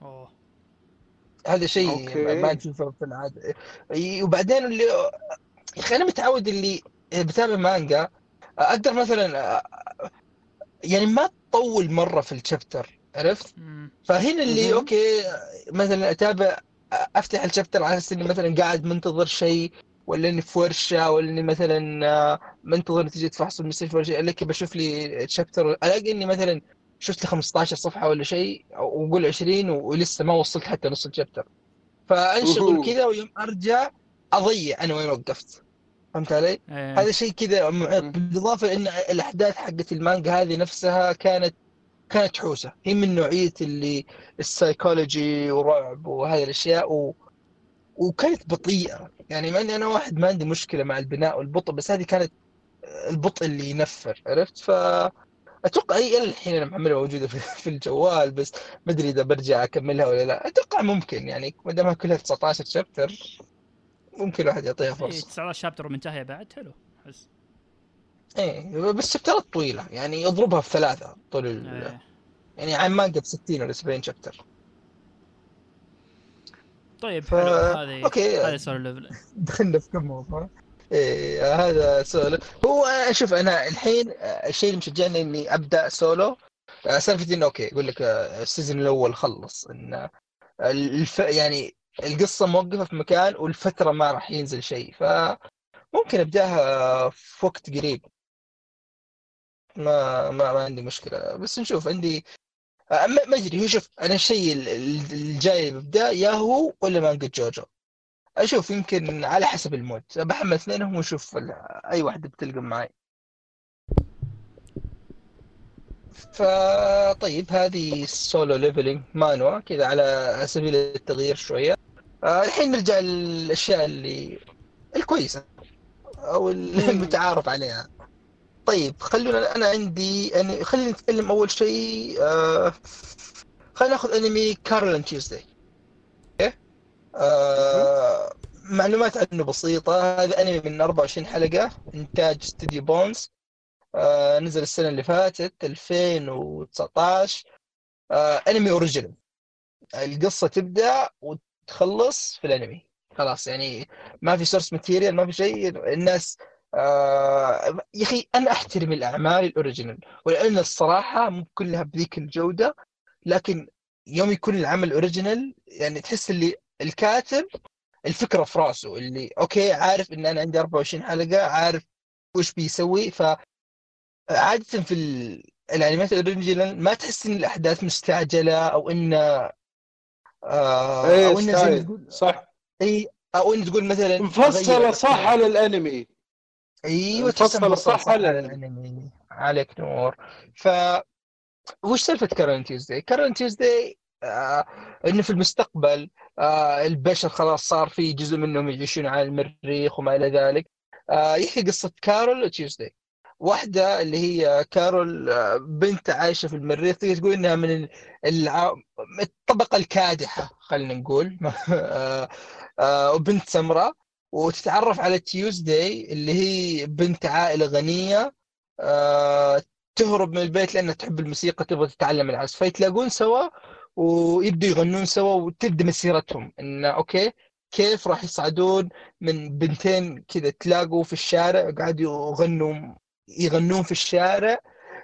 هذا شيء ما نشوفه في العاده. وبعدين اللي يا اخي انا متعود اللي بتابع مانجا اقدر مثلا يعني ما تطول مره في الشابتر عرفت. فهنا اللي اوكي مثلا اتابع افتح الشابتر على اساس اني مثلا قاعد منتظر شيء، ولا اني في ورشه، ولا اني مثلا منتظر نتيجه فحص المستشفى ولا شيء. لكن بشوف لي الشابتر الاقي اني مثلا شفت لي 15 صفحه ولا شيء، وقول 20 ولسه ما وصلت حتى نص الشابتر. فانشغل كذا ويوم ارجع اضيع انا وين وقفت. فهمت علي؟ هذا شيء كذا معيق. بالاضافه ان الاحداث حقت المانجا هذه نفسها كانت حوسه، هي من نوعيه اللي السايكولوجي ورعب وهذه الاشياء وكانت بطيئه. يعني مع اني انا واحد ما عندي مشكله مع البناء والبطء، بس هذه كانت البطء اللي ينفر عرفت. فاتوقع الى الحين انا محملها موجوده في الجوال، بس ما ادري اذا برجع اكملها ولا لا. اتوقع ممكن يعني ما دامها كلها 19 شابتر ممكن الواحد يعطيها فرصه. 19 شابتر ومنتهيه بعد حلو حس. بس شابترات طويله يعني اضربها في 3 طول يعني عن مانجا ب60 ولا 70 شابتر. طيب حلو. هذه سولو ليفل. دخلنا في كم موضوع. هذا سولو. هو شوف انا الحين الشيء اللي مشجعني اني ابدا سولو سالفة إنه أوكي يقول لك السيزون الأول خلص إن يعني القصة موقفة في مكان والفترة ما راح ينزل شيء، فممكن أبدأها في وقت قريب. ما عندي مشكلة، بس نشوف. عندي ما أدري. هو شوف، أنا الشيء الجاي ببدأ يا هو ولا مانجا جوجو. أشوف يمكن على حسب المود، بحمل اثنينهم ونشوف أي واحدة بتلقم معي. فطيب هذه سولو ليفلينج مانوا كذا على سبيل التغيير شوية. الحين نرجع للأشياء الكويسة أو المتعارف عليها. طيب خلونا، أنا عندي يعني خلينا نتكلم أول شيء. خلينا ناخذ أنمي كارل أند تيوزداي. معلومات عنه بسيطة. هذا أنمي من 24 حلقة، إنتاج استوديو بونز. نزل السنة اللي فاتت 2019. أنمي أوريجينال. القصة تبدأ وتخلص في الأنمي خلاص، يعني ما في سورس ماتيريال، ما في شيء. الناس يا أخي أنا أحترم الأعمال الأوريجينال، ولأن الصراحة مو كلها بذيك الجودة، لكن يوم يكون العمل أوريجينال يعني تحس اللي الكاتب الفكرة في راسه، اللي أوكي عارف إن أنا عندي 24 حلقة، عارف وش بيسوي. فعادة في الأنميات الأوريجينال ما تحس إن الأحداث مستعجلة، أو إن او انه زي ما تقول صح. اي، او انه تقول مثلا مفصلة صح على الانمي. ايوه مفصلة صح على الانمي. عليك نور. ف وش سالفه كارل تيوزداي؟ كارل تيوزداي انه في المستقبل البشر خلاص صار في جزء منهم يعيشون على المريخ وما الى ذلك. يحكي قصه كارول وتيوزداي. واحدة اللي هي كارول بنت عايشة في المريخ، تقدر تقول إنها من الطبقة الكادحة خلينا نقول. وبنت سمراء. وتتعرف على تيوزداي اللي هي بنت عائلة غنية، تهرب من البيت لأنها تحب الموسيقى، تبغى تتعلم العزف، فيتلاقون سوا ويبدوا يغنون سوا، وتبدأ مسيرتهم إن أوكي كيف راح يصعدون من بنتين كذا تلاقوا في الشارع قاعدوا يغنون في الشارع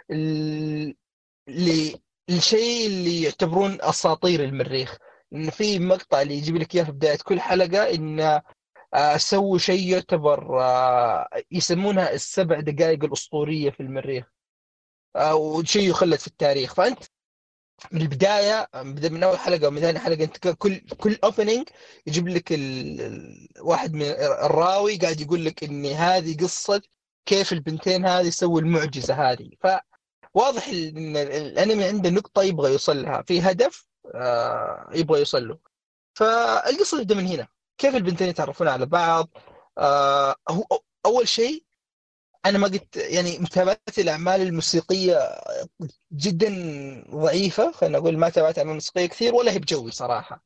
للشيء اللي يعتبرون أساطير المريخ. إن في مقطع اللي يجيب لك إياه في بداية كل حلقة، إن سووا شيء يعتبر يسمونها السبع دقائق الأسطورية في المريخ، وشيء يخلد في التاريخ. فأنت من البداية من أول حلقة ومن ثاني حلقة أنت كل أوبننج يجيب لك واحد من الراوي قاعد يقول لك إن هذه قصة كيف البنتين هذه سووا المعجزة هذه. فواضح إن الأنمي عنده نقطة يبغى يوصل لها، في هدف يبغى يوصل له. فالقصة تبدأ من هنا، كيف البنتين يتعرفون على بعض. هو أول شيء أنا ما قلت يعني متابعتي الأعمال الموسيقية جدا ضعيفة، خلينا نقول ما تابعت أعمال موسيقية كثير ولا هي بجوي صراحة.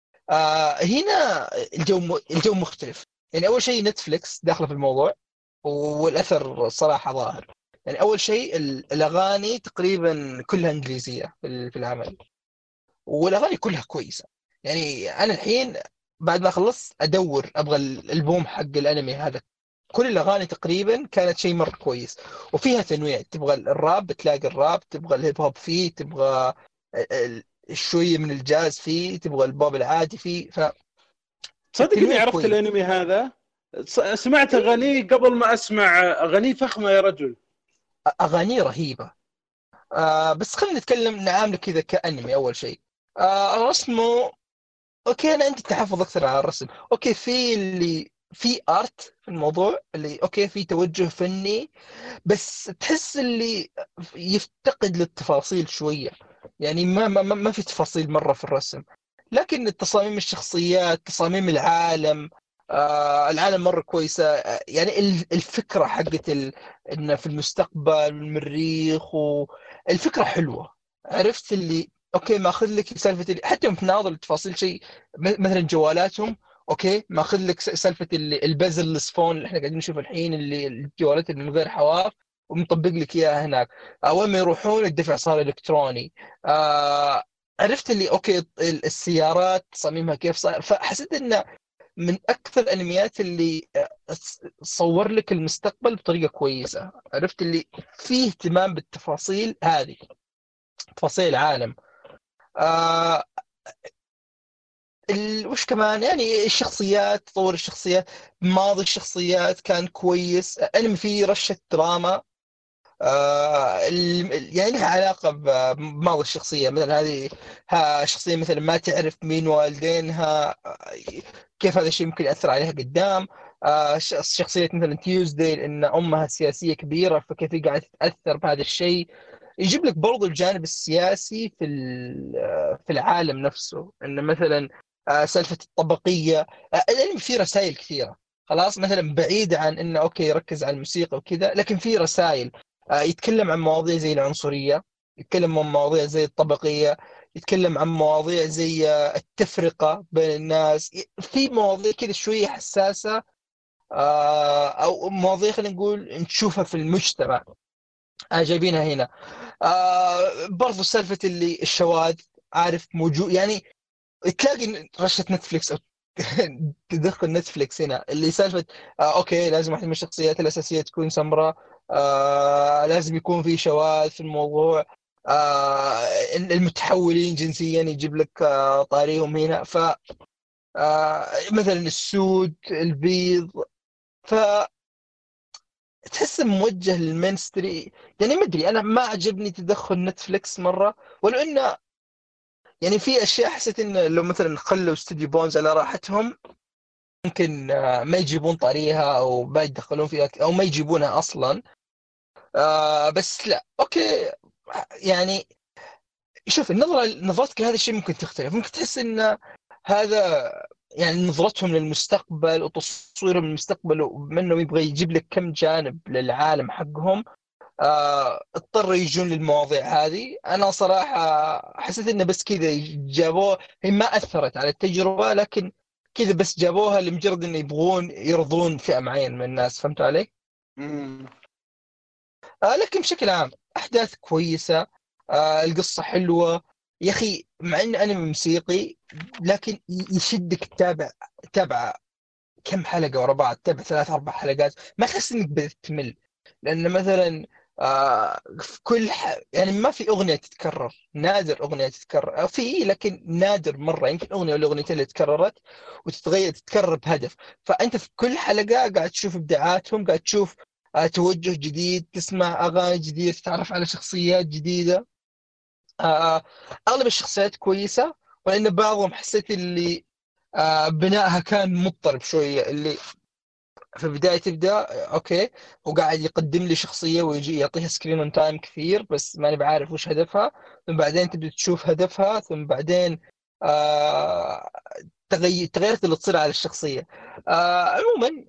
هنا الجو مختلف. يعني أول شيء نتفليكس داخله في الموضوع، والأثر الصراحة ظاهر. يعني أول شيء الأغاني تقريبا كلها إنجليزية في العمل، والأغاني كلها كويسة. يعني أنا الحين بعد ما خلصت أدور أبغى الألبوم حق الأنمي هذا، كل الأغاني تقريبا كانت شيء مرة كويس، وفيها تنويع. تبغى الراب بتلاقي الراب، تبغى الهيب هوب فيه، تبغى شوية من الجاز فيه، تبغى البوب العادي فيه. صدق إني عرفت كويس. الأنمي هذا، سمعت أغانيه قبل ما أسمع أغانيه فخمة يا رجل. أغانيه رهيبة. بس خلينا نتكلم نعامله كذا كأنمي. أول شيء رسمه اوكي، انا عندي تحفظ اكثر على الرسم. اوكي في اللي في ارت في الموضوع، اللي اوكي في توجه فني، بس تحس اللي يفتقد للتفاصيل شويه. يعني ما في تفاصيل مره في الرسم، لكن التصاميم الشخصيات، تصاميم العالم، العالم مره كويسه. يعني الفكره حقت ان في المستقبل المريخ، والفكره حلوه. عرفت اللي اوكي ماخذ لك سالفه حتى يوم تناظر التفاصيل شيء مثلا جوالاتهم، اوكي ماخذ لك سالفه البزل الصفون اللي احنا قاعدين نشوف الحين، اللي الجوالات اللي من غير حواف، ومطبق لك اياها هناك. اول ما يروحون الدفع صار الكتروني. عرفت اللي اوكي السيارات تصاميمها كيف صار. فحسيت انه من اكثر الانميات اللي صور لك المستقبل بطريقه كويسه. عرفت اللي فيه اهتمام بالتفاصيل هذه. تفاصيل العالم. آه وش كمان يعني الشخصيات، تطور الشخصيات، ماضي الشخصيات كان كويس. انمي فيه رشة دراما، يعني لها علاقة بماضي الشخصية. مثلا هذه شخصية مثلا ما تعرف مين والدينها، كيف هذا الشيء ممكن يأثر عليها قدام. شخصية مثلا تيوزداي لأن أمها سياسية كبيرة، فكيف هي قاعدة تتأثر بهذا الشيء. يجيب لك برضو الجانب السياسي في العالم نفسه، إن مثلا سالفة الطبقية. الأنمي فيه رسائل كثيرة، خلاص مثلا بعيد عن إنه أوكي يركز على الموسيقى وكذا، لكن فيه رسائل. يتكلم عن مواضيع زي العنصرية، يتكلم عن مواضيع زي الطبقية، يتكلم عن مواضيع زي التفرقة بين الناس، في مواضيع كذا شوية حساسة، أو مواضيع خلينا نقول نشوفها في المجتمع، جايبينها هنا. برضو سالفة اللي الشواذ، عارف موجود يعني. تلاقي رشة نتفليكس أو تدخل نتفليكس هنا اللي سالفة أوكي لازم واحدة من الشخصيات الأساسية تكون سمراء، لازم يكون في شواذ في الموضوع. المتحولين جنسيا يجيب لك طاريهم هنا. ف مثلا السود، البيض، فتحس موجه للمينستري. يعني ما أدري، أنا ما عجبني تدخل نتفليكس مرة، ولو إنه يعني في أشياء حسيت إنه لو مثلا خلوا استوديو بونز على راحتهم ممكن ما يجيبون طاريها او ما يدخلون فيها او ما يجيبونها اصلا. بس لا اوكي يعني. شوف نظرتك لهذا الشيء ممكن تختلف، ممكن تحس ان هذا يعني نظرتهم للمستقبل وتصويرهم للمستقبل، وبما انه يبغى يجيب لك كم جانب للعالم حقهم اضطروا يجون للمواضيع هذه. انا صراحة حسيت انه بس كذا جابوه، هي ما اثرت على التجربة، لكن كذا بس جابوها لمجرد انه يبغون يرضون فئة معينة من الناس. فهمت علي؟ مم. لكن بشكل عام احداث كويسة، القصة حلوة يا اخي، مع انه انمي موسيقي لكن يشدك تتابع كم حلقة ورا بعض، تتابع 3 4 حلقات ما تحس انك بتمل. لان مثلا في يعني ما في اغنيه تتكرر، نادر اغنيه تتكرر، أو في لكن نادر مره، يمكن اغنيه ولا اغنيتين اللي تكررت وتتغير تتكرر بهدف. فانت في كل حلقه قاعد تشوف ابداعاتهم، قاعد تشوف توجه جديد، تسمع اغاني جديده، تتعرف على شخصيات جديده. اغلب الشخصيات كويسه، ولان بعضهم حسيت اللي بنائها كان مضطرب شويه. اللي في البداية تبدأ أوكي وقاعد يقدم لي شخصية ويجي يعطيها سكرين اون تايم كثير، بس ماني بعرف وش هدفها. ثم بعدين تبدأ تشوف هدفها، ثم بعدين آه التغيرات اللي تصير على الشخصية. عموما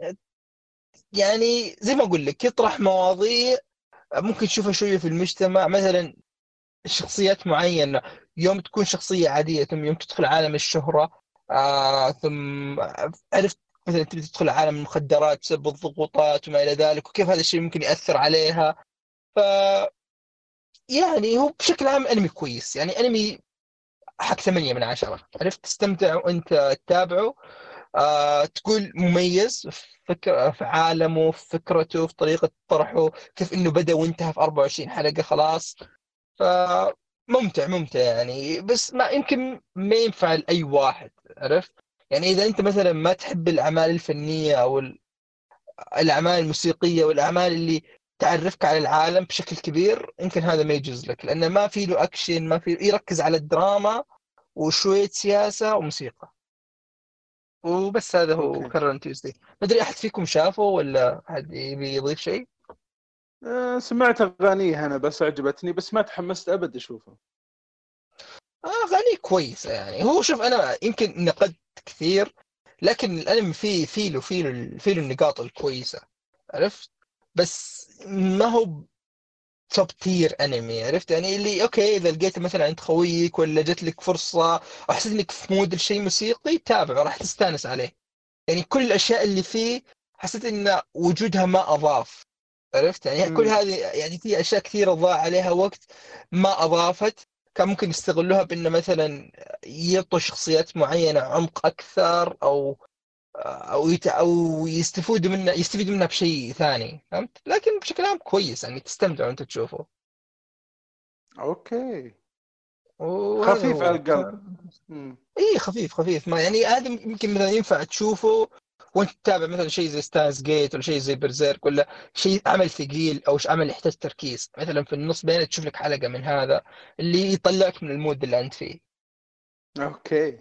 يعني زي ما أقول لك يطرح مواضيع ممكن تشوفها شوية في المجتمع. مثلا شخصيات معينة يوم تكون شخصية عادية، ثم يوم تدخل عالم الشهرة، ثم عرفت مثلا تبي تدخل عالم المخدرات بسبب الضغوطات وما إلى ذلك، وكيف هذا الشيء ممكن يأثر عليها. ف يعني هو بشكل عام أنمي كويس، يعني أنمي حق 8 من 10. عرفت تستمتع وأنت تتابعه. تقول مميز في فكرة، في عالمه، في فكرته، في طريقة طرحه، كيف إنه بدأ وانتهى في 24 حلقة خلاص. فممتع يعني، بس ما يمكن ما ينفع لأي واحد. عرفت يعني إذا أنت مثلا ما تحب الأعمال الفنية أو الأعمال الموسيقية والأعمال اللي تعرفك على العالم بشكل كبير، يمكن هذا ما يجوز لك، لأنه ما في له أكشن، ما في، يركز على الدراما وشوية سياسة وموسيقى وبس. هذا هو اوكي. كرنت تيوزداي. ما أدري أحد فيكم شافه ولا أحد يبي يضيف شيء؟ سمعت اغانيه انا بس عجبتني، بس ما تحمست ابد اشوفه. أغاني كويسة يعني. هو شوف أنا يمكن نقدت كثير، لكن الأنمي فيه له النقاط الكويسة. عرفت بس ما هو توب تير انمي. عرفت يعني اللي اوكي اذا لقيت مثلا عند خويك ولا جت لك فرصه وحسيت انك في مود الشيء موسيقي تابعه راح تستانس عليه. يعني كل الاشياء اللي فيه حسيت ان وجودها ما اضاف. عرفت يعني كل امم. هذه يعني في اشياء كثيره ضاع عليها وقت ما اضافت. كان ممكن يستغلوها بان مثلا يعطوا شخصيات معينه عمق اكثر، او يستفيدوا منها بشيء ثاني. فهمت؟ لكن بشكل عام كويس يعني تستمتع وانت تشوفه. اوكي. خفيف على القلب. اي خفيف ما يعني هذا يمكن مثلا ينفع تشوفه وانت تتابع مثلا شيء زي ستاينز جيت ولا شيء زي برزيرك ولا شيء عمل ثقيل او عمل يحتاج تركيز، مثلا في النص بين تشوف لك حلقة من هذا اللي يطلعك من المود اللي انت فيه. اوكي.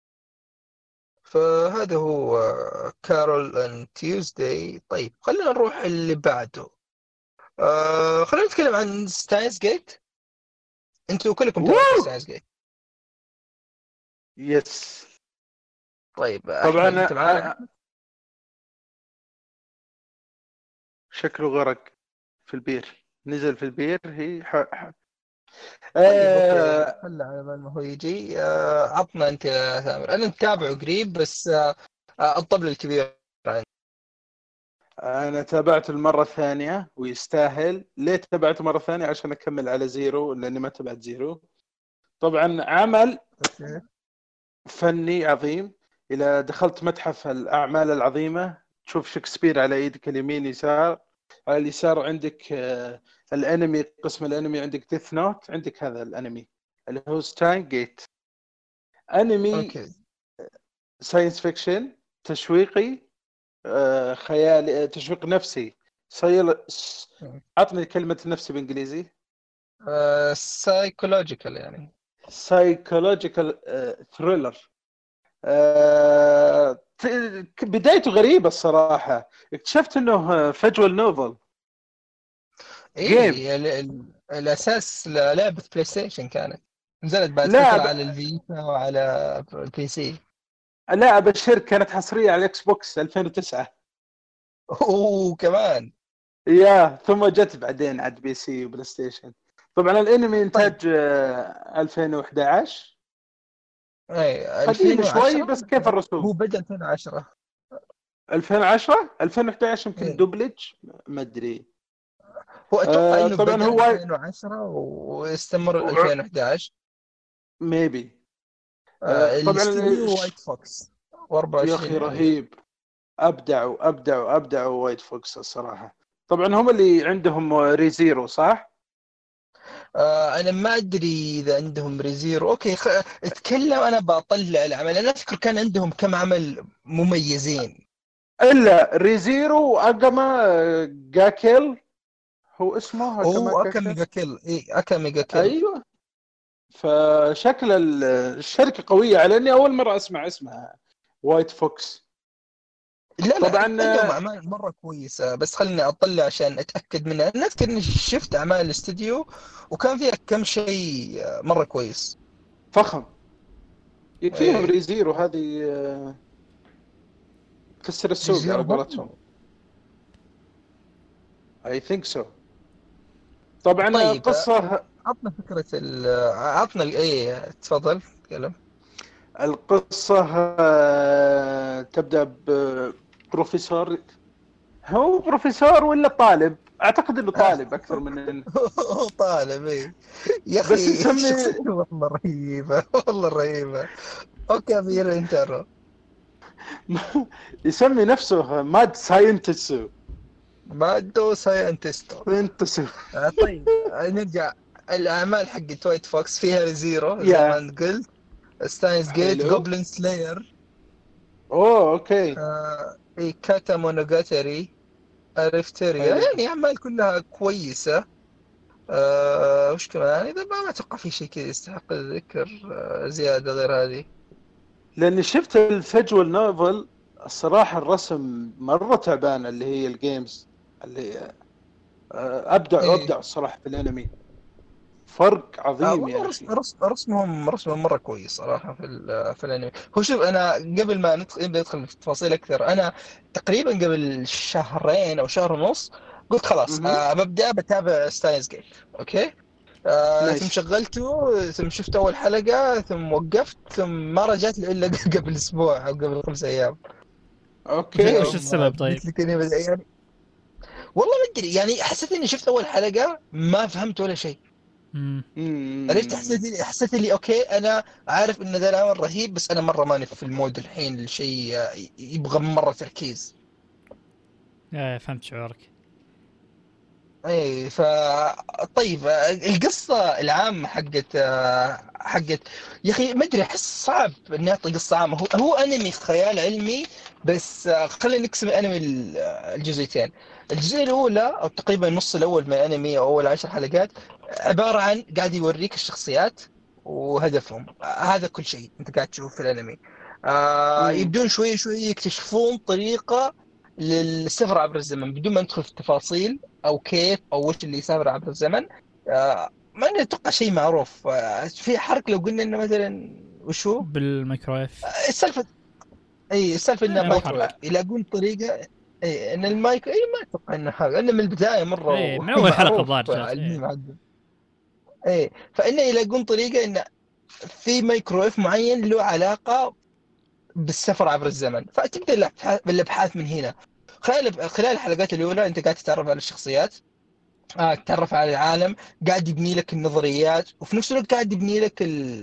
فهذا هو كارول اند تيوزداي. طيب خلينا نروح اللي بعده. خلينا نتكلم عن ستاينز جيت. انتوا كلكم تابعتوا ستاينز جيت؟ يس طيب طبعا. احمد انت معانا؟ شكله غرق في البير، نزل في البير. هي طيب اوكي خلى على بال ما هو يجي. عطنا انت يا ثامر. انا متابعه قريب بس الطبل الكبير. انا تابعته المره الثانيه ويستاهل. ليه تابعته مره ثانيه؟ عشان اكمل على زيرو، لاني ما تابعت زيرو. طبعا عمل فني عظيم. اذا دخلت متحف الاعمال العظيمه تشوف شكسبير على ايدك اليمين يسار، على اليسار عندك الانمي، قسم الانمي عندك ديث نوت، عندك هذا الانمي اللي هو ستاين جيت. انمي ساينس فيكشن تشويقي، خيالي، تشويق نفسي. عطني كلمة نفسي بالإنجليزي. سايكولوجيكال يعني سايكولوجيكال ثريلر. بدايته غريبة الصراحة. اكتشفت انه فجوة نوفل. ايه الاساس لعبة بلاي ستيشن كانت نزلت بعد فترة على الفيتا وعلى البي سي. لا ابشر، كانت حصرية على الاكس بوكس 2009. اوه كمان. ثم جت بعدين على بي سي وبلاي ستيشن. طبعا الانمي انتاج 2011. اي قديم شوي بس كيف الرسوم؟ هو بدأ 2010. 2011 يمكن دوبلج ما ادري. هو اتوقع انه طبعا بدأ هو 2010 واستمر 2011 ميبي. طبعا وايت فوكس يا اخي رهيب. ابدعوا وايت فوكس الصراحه. طبعا هم اللي عندهم ريزيرو صح؟ انا ما ادري اذا عندهم ريزيرو. اوكي اتكلم. انا بطلع العمل. انا اذكر كان عندهم كم عمل مميزين. الا ريزيرو واقاما جاكيل هو اسمه. اكامي جاكيل. اكامي جاكيل. ايوه. فشكل الشركه قويه، على اني اول مره اسمع اسمها وايت فوكس. لا طبعا عندهم اعمال مره كويسه، بس خليني اطلع عشان اتاكد منها. انا اذكر اني شفت اعمال الاستديو وكان فيها كم شيء مره كويس فخم. يكفيهم ريزيرو هذه كسر السوق على قولتهم. I think so. طبعا طيب القصة عطنا فكرة عطنا ايه تفضل تكلم. القصة تبدأ ببروفيسور. هو بروفيسور ولا طالب؟ أعتقد إنه طالب أكثر من إنه طالب. إيه يا أخي بس يسمي والله رهيبة والله رهيبة. أوكي أمير انترو. يسمي نفسه ماد ساينتستو. مادو ساينتستو. طيب نرجع. الأعمال حقت وايت فوكس فيها زيرو زي ما أنت قلت، ستاينز جيت، جوبلين سلاير. أوكي. كاتا مونوغاتري، ريفتيريا. يعني أعمال كلها كويسة. وش كمان إذا ما أتوقع في شيء كذا يستحق الذكر زيادة غير هذه. لأني شفت الفجوة النوفل الصراحة الرسم مرة تعبان، اللي هي الجيمز اللي أبدع الصراحة في الأنمي. فرق عظيم يا أخي. رسمهم مرة كويس صراحة في الأنمي. هو شوف أنا قبل ما ندخل في تفاصيل أكثر، أنا تقريبا قبل شهرين أو شهر ونص قلت خلاص ببدأ بتابع ستاينز جيت. أوكي. ثم شغلته، ثم شفت أول حلقة، ثم وقفت، ثم ما رجعت إلا قبل أسبوع أو قبل 5 أيام. أوكي. وش السبب طيب؟ يعني والله ما أدري، يعني حسيت إني شفت أول حلقة ما فهمت ولا شيء. عرفت؟ حسيت لي اوكي انا عارف ان ذا العمل رهيب، بس انا مره ماني في المود الحين الشيء يبغى مره تركيز. فهمت شعورك. اي طيب القصه العامه حقت يا اخي ما ادري، احس صعب اني اعطي قصه عامه. هو انمي خيال علمي، بس خلينا نقسم الانمي الجزئيتين. الجزء الاولى او تقريبا النص الاول من الانمي او اول 10 حلقات عباره عن قاعد يوريك الشخصيات وهدفهم، هذا كل شيء انت قاعد تشوف في الانمي. يبدون شوي شوي يكتشفون طريقه للسفر عبر الزمن بدون ما ندخل في التفاصيل او كيف او وش اللي يسافر عبر الزمن. ما اتوقع شيء معروف. في حرق لو قلنا انه مثلا وشو بالميكرويف السالفه. اي السالفه انه مو مايكرويف حرق. يلاقون طريقه. اي ان المايكرو ما اتوقع انه حرق، انه من البدايه مره ايه من اول حلقه الظاهر جات. علمي اي فانه يلاقون طريقه انه في مايكرويف معين له علاقه بالسفر عبر الزمن. فتبدا الابحاث من هنا. خلال الحلقات الاولى انت قاعد تتعرف على الشخصيات، تتعرف على العالم، قاعد يبني لك النظريات، وفي نفس الوقت قاعد يبني لك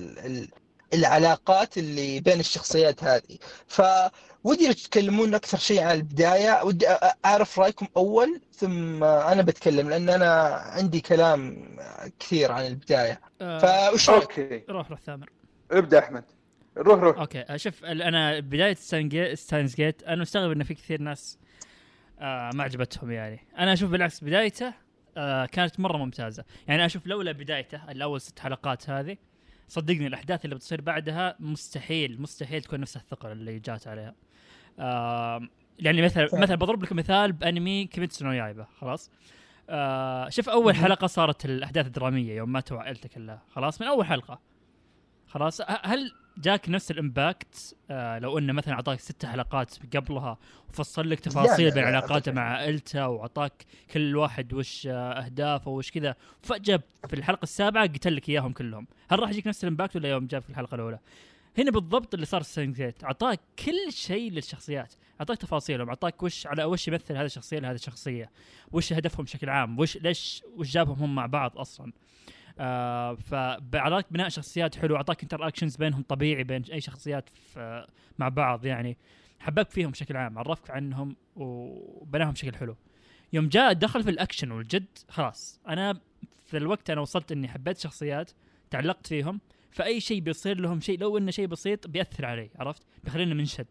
العلاقات اللي بين الشخصيات هذه. فودي تتكلمون أكثر شيء عن البداية، ودي أعرف رأيكم أول ثم أنا بتكلم، لأن أنا عندي كلام كثير عن البداية. فوش اوكي روح ثامر. ابدا احمد. روح. اوكي شوف انا بدايه ستاينز جيت انا مستغرب ان في كثير ناس ما عجبتهم. يعني انا اشوف بالعكس بدايته كانت مره ممتازه. يعني اشوف لولا بدايته الاول 6 حلقات هذه صدقني الاحداث اللي بتصير بعدها مستحيل تكون نفس الثقل اللي جات عليها. يعني مثلا بضرب لكم مثال بانمي كيميتسو نو يايبا. خلاص شوف اول حلقه صارت الاحداث الدراميه يوم ماتوا عائلته كلها، خلاص من اول حلقه. خلاص هل جاك نفس الامباكت لو انه مثلا اعطاك 6 حلقات قبلها وفصل لك تفاصيل بين علاقاته مع عائلته وعطاك كل واحد وش اهدافه وش كذا، فجأة في الحلقه السابعه قتل لك اياهم كلهم، هل راح يجيك نفس الامباكت ولا يوم جاب في الحلقه الاولى؟ هنا بالضبط اللي صار سينجيت، اعطاك كل شيء للشخصيات، اعطاك تفاصيلهم، اعطاك وش يمثل هذا الشخصيه لهذه الشخصيه، وش هدفهم بشكل عام، وش جابهم هم مع بعض اصلا. فبعلاقة بناء شخصيات حلو، اعطاك انتر اكشنز بينهم طبيعي بين اي شخصيات مع بعض. يعني حبك فيهم بشكل عام، عرفك عنهم وبناهم بشكل حلو. يوم جاء دخل في الاكشن والجد خلاص انا في الوقت انا وصلت اني حبيت شخصيات، تعلقت فيهم، فاي شيء بيصير لهم شيء لو انه شيء بسيط بيأثر علي، عرفت، بيخلينا منشد.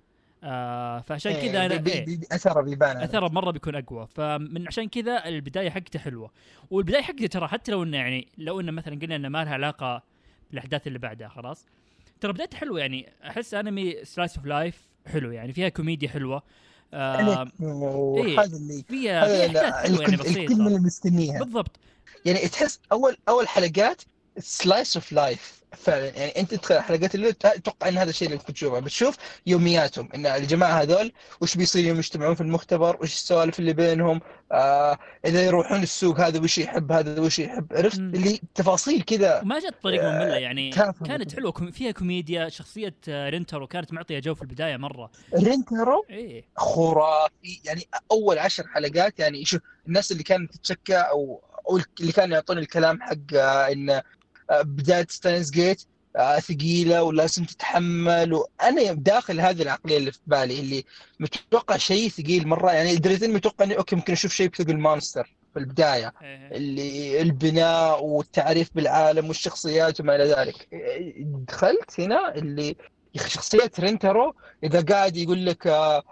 فعشان كذا انا اثره مره بيكون اقوى. فمن عشان كذا البدايه حقته حلوه. والبدايه حقته ترى حتى لو انه مثلا قلنا انه ما لها علاقه بالاحداث اللي بعدها، خلاص ترى بدايته حلوه. يعني احس انمي سلايس اوف لايف حلو، يعني فيها كوميديا حلوه. هذا اللي فيها احداث حلوه يعني بسيطه، الكلمه اللي مستنيها بالضبط. يعني تحس اول حلقات سلايس اوف لايف فعلا. يعني انت تدخل الحلقات اللي تتوقع ان هذا الشيء اللي بتشوفه، بتشوف يومياتهم ان الجماعه هذول وش بيصير يوم يجتمعون في المختبر، وش السوالف اللي بينهم، اذا يروحون السوق هذا وش يحب هذا وش يحب، عرفت اللي تفاصيل كذا. وما جت طريقه ممله يعني كانت حلوه، فيها كوميديا. شخصيه رينترو كانت معطيه جو في البدايه مره. رينترو ايه خرافي يعني. اول 10 حلقات يعني شوف الناس اللي كانت تتشكى او اللي كانوا يعطون الكلام حق ان بداية ستاينز جيت ثقيلة ولازم تتحمل، وأنا داخل هذه العقلية اللي في بالي اللي متوقع شيء ثقيل مرة. يعني دريتين متوقع أني أوكي ممكن أشوف شيء بثقل مانستر في البداية، اللي البناء والتعريف بالعالم والشخصيات وما إلى ذلك. دخلت هنا اللي شخصية رينترو إذا قاعد يقول لك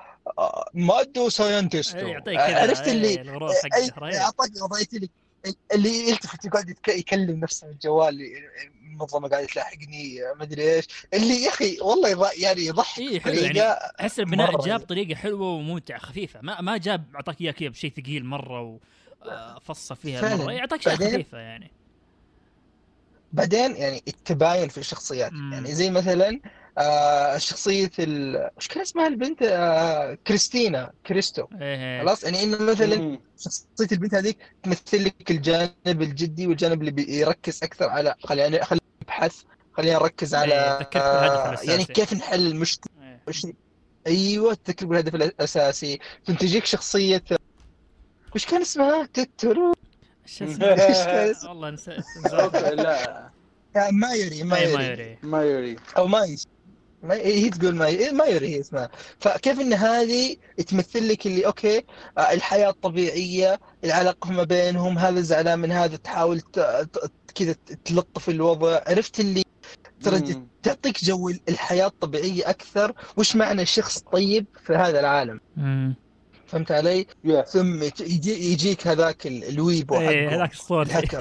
مادو ساينتستو، عرفت اللي أعطاك وضعيتي اللي يلتفت يقعد يكلم نفسه من الجوال، منظمه قاعده تلاحقني ما ادري ايش اللي يا اخي والله يعني يضحك. إيه حلو يعني احس البناء جاب طريقه حلوه وممتعه خفيفه، ما جاب اعطاك اياه كذا بشيء ثقيل مره وفصل فيها مره، يعطيك شيء خفيفه يعني. بعدين يعني التباين في الشخصيات يعني زي مثلا شخصيه ايش كان اسمها البنت كريستينا كريستو. خلاص يعني انه مثلا شخصيه البنت هذيك تمثل لك الجانب الجدي والجانب اللي بيركز اكثر على خلينا نبحث، خلينا نركز على يعني كيف نحل المشكله. ايوه تذكر بالهدف الاساسي. ثم تجيك شخصيه وش كان اسمها تترو والله نسيت. لا مايوري او ما هي تقول مايوري هي اسمها. فكيف ان هذه تمثل لك اللي اوكي الحياة الطبيعية، العلاقة ما بينهم، هذا زعلان من هذا، تحاول كذا تلطف الوضع، عرفت اللي ترى مم. تعطيك جو الحياة الطبيعية أكثر. وش معنى شخص طيب في هذا العالم؟ فهمت علي؟ Yeah. ثم يجيك هذاك الويبو ايه حقه هذاك الصوت الهكر.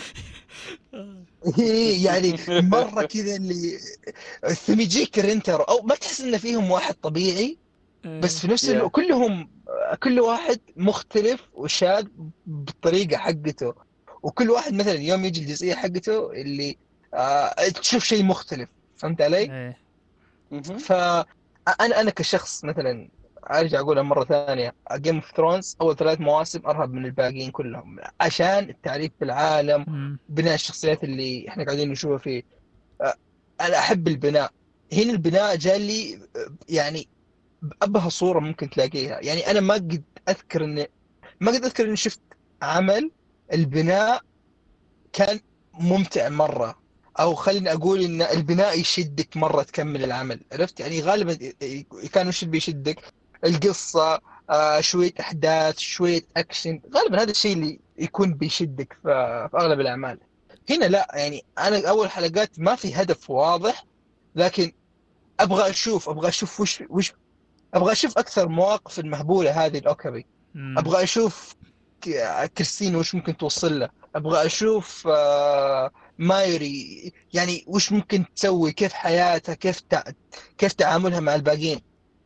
يعني مرة كذا اللي ثم يجيك رينتر أو ما تحس إن فيهم واحد طبيعي، بس في نفس الوقت كلهم كل واحد مختلف وشاذ بالطريقة حقته. وكل واحد مثلا يوم يجي الجزئية حقته اللي تشوف شيء مختلف. فهمت علي؟ ايه مهم. فأنا كشخص مثلا أرجع أقولها مرة ثانية، Game of Thrones أول 3 مواسم أرهب من الباقيين كلهم عشان التعريف بالعالم، بناء الشخصيات اللي إحنا قاعدين نشوفها فيه. أنا أحب البناء. هنا البناء جاء لي يعني بأبهى صورة ممكن تلاقيها. يعني أنا ما قد أذكر إني شفت عمل البناء كان ممتع مرة، أو خليني أقول إن البناء يشدك مرة تكمل العمل. عرفت يعني غالبا كان وش بيشدك؟ القصة، شوية أحداث، شوية أكشن، غالبا هذا الشيء اللي يكون بيشدك في أغلب الأعمال. هنا لا، يعني أنا أول حلقات ما في هدف واضح، لكن أبغى أشوف وش أبغى أشوف أكثر مواقف المهبولة هذه الأوكابي. أبغى أشوف كريستين وش ممكن توصل له. أبغى أشوف مايوري يعني وش ممكن تسوي، كيف حياتها، كيف تعاملها مع الباقين.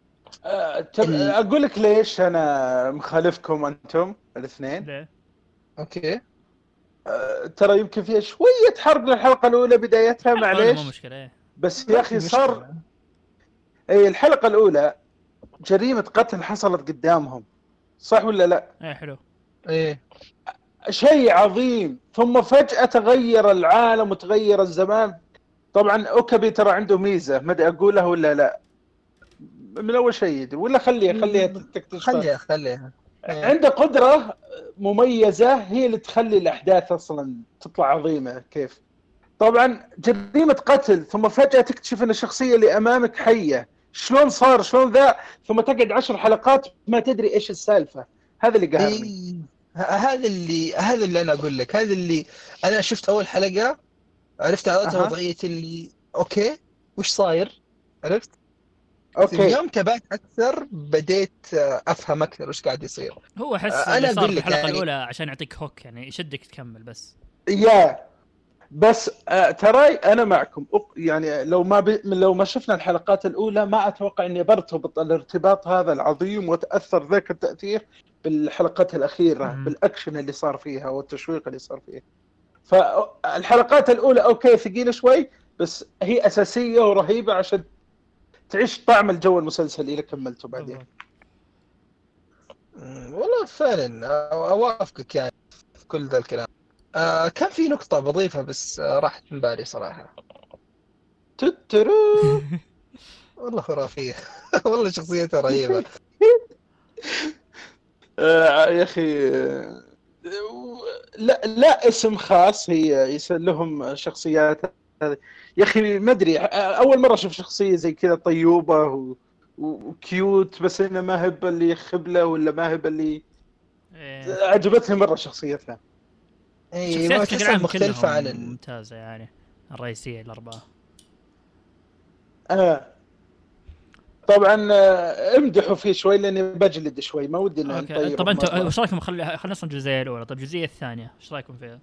أقول لك ليش أنا مخالفكم أنتم الاثنين. ليه؟ أوكي. ترى يمكن فيها شوية حرق للحلقة الأولى بدايتها، معليش مو مشكلة ايه. بس يا أخي صار أي الحلقة الأولى جريمة قتل حصلت قدامهم، صح ولا لا؟ ايه حلو. إيه شيء عظيم. ثم فجأة تغير العالم وتغير الزمان. طبعا أوكابي ترى عنده ميزة، ما أدري أقولها ولا لا من أول شيء، ولا خليها تكتشفها. خليها. عنده قدرة مميزة هي اللي تخلي الأحداث أصلا تطلع عظيمة. كيف؟ طبعا جريمة قتل ثم فجأة تكتشف أن الشخصية اللي أمامك حية. شلون صار؟ شلون ذا؟ ثم تقعد 10 حلقات ما تدري إيش السالفة. هذا اللي قهرني. هذا اللي أنا أقول لك. هذا اللي أنا شفت أول حلقة عرفت على وضعية اللي أوكي وش صاير، عرفت. أوكي. يوم تابعت أكثر بديت أفهم أكثر وش قاعد يصير. هو أحس أنا صار أقول في لك الحلقة يعني الأولى عشان يعطيك هوك، يعني يشدك تكمل بس. بس تراي أنا معكم. يعني لو ما شفنا الحلقات الأولى ما أتوقع إني برتبط الارتباط هذا العظيم وتأثر ذاك التأثير بالحلقات الأخيرة بالأكشن اللي صار فيها والتشويق اللي صار فيها. فالحلقات الأولى أوكي ثقيلة شوي، بس هي أساسية ورهيبة عشان تعيش طعم الجو المسلسل اللي كملته بعدين. والله فعلا أوافقك يعني في كل ذا الكلام. كان في نقطة بضيفها بس راحت من بالي صراحة. تترو والله خرافية. والله شخصيتها رهيبة. يا أخي لا اسم خاص هي لهم شخصيات هذه. يا أخي ما أدري أول مرة أشوف شخصية زي كذا طيوبة وكيوت، بس إنه ما هب اللي خبلة ولا ما هب اللي عجبتني مرة شخصيتها. شخصيات بشكل عام مختلفة عن ممتازة يعني الرئيسية الأربعة. طبعا امدحوا فيه شوي لاني بجلد شوي ما ودي ان نطير. طب انتوا وش رايكم؟ خلينا نصل الجزئيه الاولى. طب الجزئيه الثانيه وش رايكم فيها؟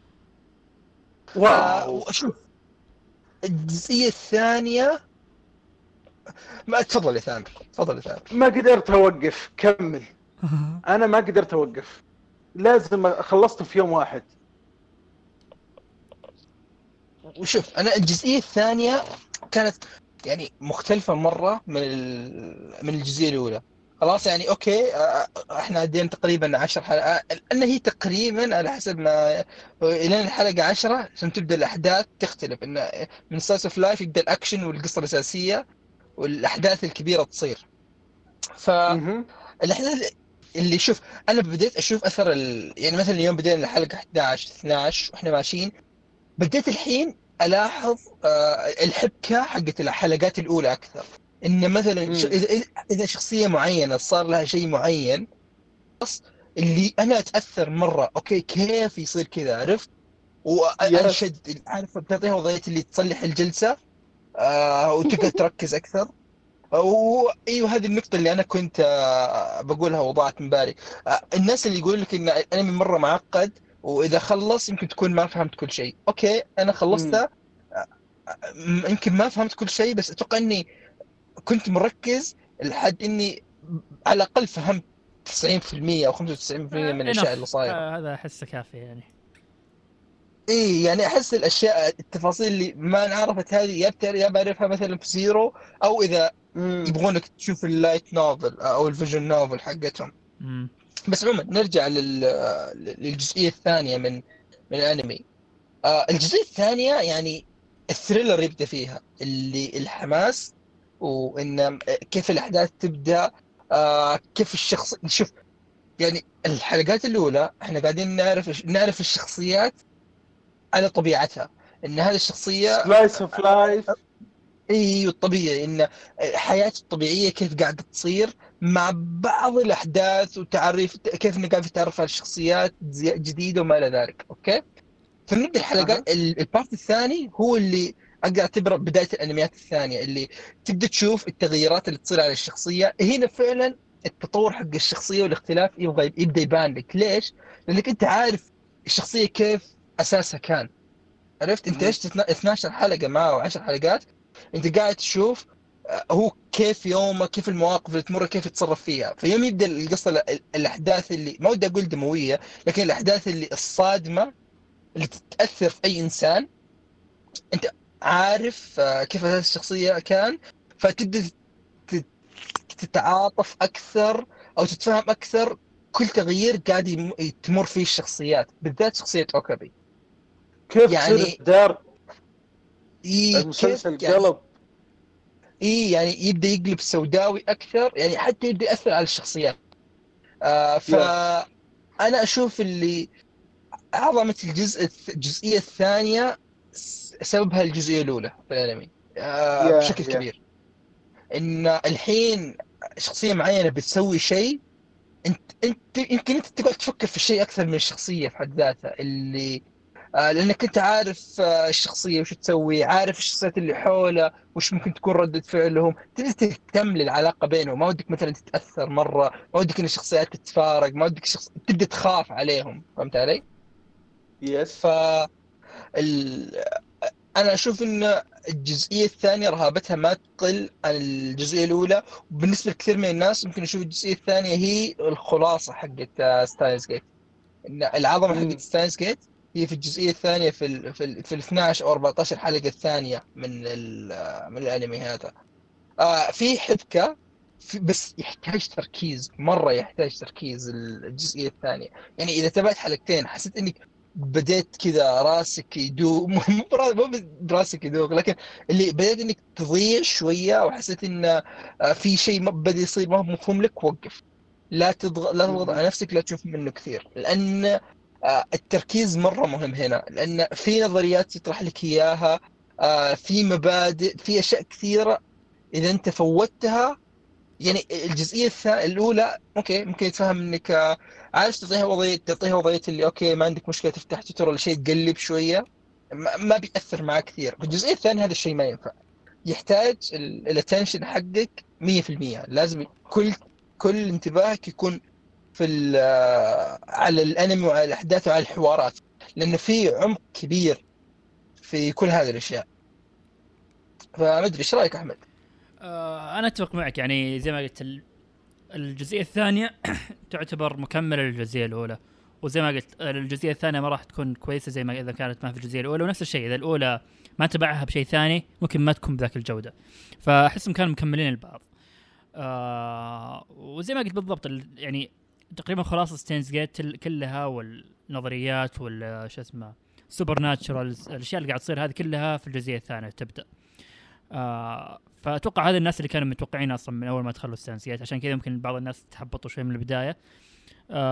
واو شوف الجزئيه الثانيه ما تفضل يا ثامر. ما قدرت اوقف كمل. انا ما قدرت اوقف، لازم خلصت في يوم واحد. وشوف انا الجزئيه الثانيه كانت يعني مختلفة مرة من الجزئية الأولى. خلاص يعني أوكي إحنا عدينا تقريبا 10 حلقات، لأن هي تقريبا على حسب ما إلى الحلقة 10 عشان تبدأ الأحداث تختلف. إن من سلايس أوف لايف يبدأ الأكشن والقصة الأساسية والأحداث الكبيرة تصير. فالأحداث اللي شوف أنا بديت أشوف أثر يعني مثلا اليوم بدينا الحلقة 11 12 وإحنا ماشيين، بديت الحين الاحظ الحبكه حقت الحلقات الاولى اكثر. ان مثلا اذا شخصيه معينه صار لها شيء معين اللي انا اتاثر مره، اوكي كيف يصير كذا، عرفت؟ وانشد، عارف بتعطيها وضعيه اللي تصلح الجلسه وتقدر تركز اكثر. ايوه هذه النقطه اللي انا كنت بقولها وضاعت من بالي. الناس اللي يقول لك ان الانمي مره معقد واذا خلص يمكن تكون ما فهمت كل شيء. اوكي انا خلصتها، يمكن ما فهمت كل شيء بس اتوقع اني كنت مركز لحد اني على الاقل فهمت 90% او 95% من الاشياء اللي صايره. هذا احسه كافي يعني. ايه يعني احس الاشياء التفاصيل اللي ما انعرفت هذه يا بعرفها مثلا في زيرو، او اذا يبغونك تشوف اللايت نوفل او الفيجن نوفل حقتهم. بس عموما نرجع للجزئيه الثانيه من الانمي. الجزئيه الثانيه يعني الثريلر يبدا فيها، اللي الحماس وان كيف الاحداث تبدا، كيف الشخص نشوف. يعني الحلقات الاولى احنا قاعدين نعرف الشخصيات على طبيعتها، ان هذه الشخصيه سلايس اوف لايف. ايوه الطبيعي، ان حياته الطبيعيه كيف قاعده تصير مع بعض الاحداث وتعريف كيف انه قاعد يتعرف على الشخصيات جديده وما الى ذلك. اوكي فنبدا الحلقات. البارت الثاني هو اللي اقدر اعتبره بدايه الانميات الثانيه، اللي تبدا تشوف التغييرات اللي تصير على الشخصيه. هنا فعلا التطور حق الشخصيه والاختلاف يبدا يبان لك. ليش؟ لانك انت عارف الشخصيه كيف اساسها كان، عرفت انت ايش 12 حلقه معه و10 حلقات انت قاعد تشوف هو كيف يومه، كيف المواقف اللي تمر كيف يتصرف فيها. فيوم يبدا القصه الاحداث اللي ما ودي اقول دمويه، لكن الاحداث اللي الصادمه اللي تتاثر في اي انسان، انت عارف كيف هذه الشخصيه كان، فتبدا تتعاطف اكثر او تتفهم اكثر كل تغيير قاعد تمر فيه الشخصيات، بالذات شخصيه اوكابي. كيف يعني دار المسلسل قلب يعني يبدا يقلب سوداوي اكثر، يعني حتى يبدا ياثر على الشخصيات. فانا اشوف اللي عظمه الجزئيه الثانيه سببها الجزئيه الاولى في الانمي بشكل كبير. ان الحين شخصيه معينه بتسوي شيء، انت يمكن انت تقعد تفكر في الشيء اكثر من الشخصيه في حد ذاتها، اللي لانك انت عارف الشخصيه وش تسوي، عارف الشخصيات اللي حوله وش ممكن تكون ردة فعلهم، تبدا تهتم للعلاقه بينهم. ما ودك مثلا تتاثر مره، ما ودك ان الشخصيات تتفارق، ما ودك تبدا تخاف عليهم. فهمت علي؟ يس. انا اشوف ان الجزئيه الثانيه رهابتها ما تقل عن الجزئيه الاولى، وبالنسبه لكثير من الناس ممكن يشوف الجزئيه الثانيه هي الخلاصه حقت ستاينز جيت. ان العظمه حقت ستاينز جيت هي في الجزئيه الثانيه في ال 12 او 14 حلقه الثانيه من الانمي هذا. في حبكه بس يحتاج تركيز، مره يحتاج تركيز الجزئيه الثانيه. يعني اذا تابعت حلقتين حسيت انك بديت كذا راسك يدوق، مو براسك يدوق، لكن اللي بديت انك تضيع شويه وحسيت ان في شيء بدا يصير ما هو مفهوم لك، وقف. لا تضغط على نفسك، لا تشوف منه كثير، لان التركيز مره مهم هنا، لان في نظريات يطرح لك اياها، في مبادئ، في اشياء كثيره اذا انت فوتها. يعني الجزئيه الاولى اوكي ممكن يتفهم انك عارف تعطيها وضعيه اللي اوكي ما عندك مشكله تفتح تويتر ولا شيء تقلب شويه، ما بيأثر معك كثير. في الجزئيه الثانيه هذا الشيء ما ينفع، يحتاج الاتنشن حقك 100%. لازم كل انتباهك يكون في على الانمي وعلى الاحداث وعلى الحوارات، لانه في عمق كبير في كل هذه الاشياء. فما ادري ايش رايك احمد؟ انا اتفق معك، يعني زي ما قلت الجزئيه الثانيه تعتبر مكمله للجزئيه الاولى، وزي ما قلت الجزئيه الثانيه ما راح تكون كويسه زي ما اذا كانت ما في الجزئيه الاولى، ونفس الشيء اذا الاولى ما تبعها بشيء ثاني ممكن ما تكون بذاك الجوده. فاحسهم كانوا مكملين البعض. وزي ما قلت بالضبط يعني تقريبا خلاص ستينز جيت كلها والنظريات والش اسمه سوبر ناتشرال، الاشياء اللي قاعد تصير هذه كلها في الجزئيه الثانيه تبدا. فأتوقع هذا الناس اللي كانوا متوقعين أصلا من أول ما دخلوا السانسيات، عشان كذا ممكن بعض الناس تحبطوا شوي من البداية.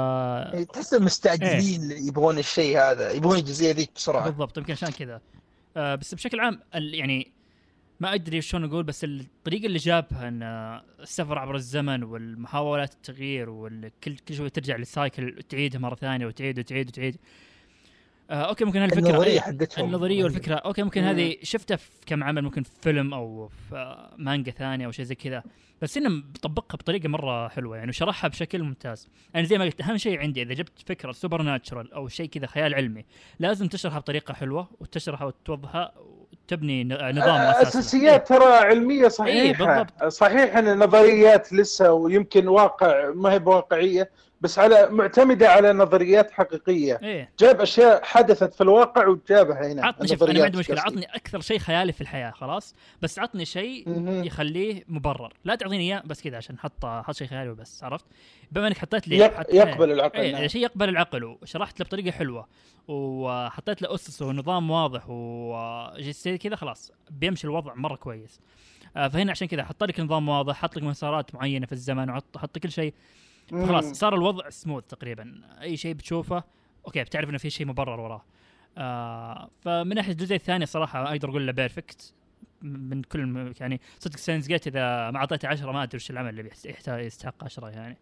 تحسهم مستعجلين يبغون الشيء هذا، يبغون الجزئية ذيك بسرعة. بالضبط، يمكن عشان كذا. بس بشكل عام يعني ما ادري شلون اقول، بس الطريقه اللي جابها ان السفر عبر الزمن والمحاولات التغيير والكل شوي ترجع للسايكل تعيدها مره ثانيه وتعيد. اوكي ممكن هالفكره النظريه حقتهم النظريه والفكره اوكي ممكن هذه شفتها في كم عمل، ممكن في فيلم او في مانجا ثانيه او شيء زي كذا، بس انه بيطبقها بطريقه مره حلوه يعني وشرحها بشكل ممتاز. انا زي ما قلت اهم شيء عندي اذا جبت فكره سوبر ناتشرال او شيء كذا خيال علمي لازم تشرحها بطريقه حلوه وتشرحها وتوضحها وتبني نظام اساسيات ترى علميه صحيحه. صحيح ان النظريات لسه ويمكن واقع ما هي بواقعيه، بس على معتمده على نظريات حقيقيه. جاب اشياء حدثت في الواقع وجابها هنا. عطني شوف انا ما عندي مشكله، عطني اكثر شيء خيالي في الحياه خلاص، بس عطني شيء يخليه مبرر، لا تعطيني اياه بس كذا عشان حط شيء خيالي وبس. عرفت؟ بما انك حطيت لي يقبل العقل شيء يقبل العقل وشرحت له بطريقه حلوه وحطيت له اسس ونظام واضح وجسد كذا، خلاص بيمشي الوضع مره كويس. فهنا عشان كذا حط لك نظام واضح، حط لك مسارات معينه في الزمن وحط كل شيء، خلاص صار الوضع سموث تقريبا. اي شيء بتشوفه اوكي بتعرف انه في شيء مبرر وراه. فمن ناحيه الجزء الثاني صراحه اقدر اقول له بيرفكت من كل يعني صدق ستاينز جيت اذا ما اعطيته 10 ما ادري وش العمل اللي يحتاج يستحق 10 يعني.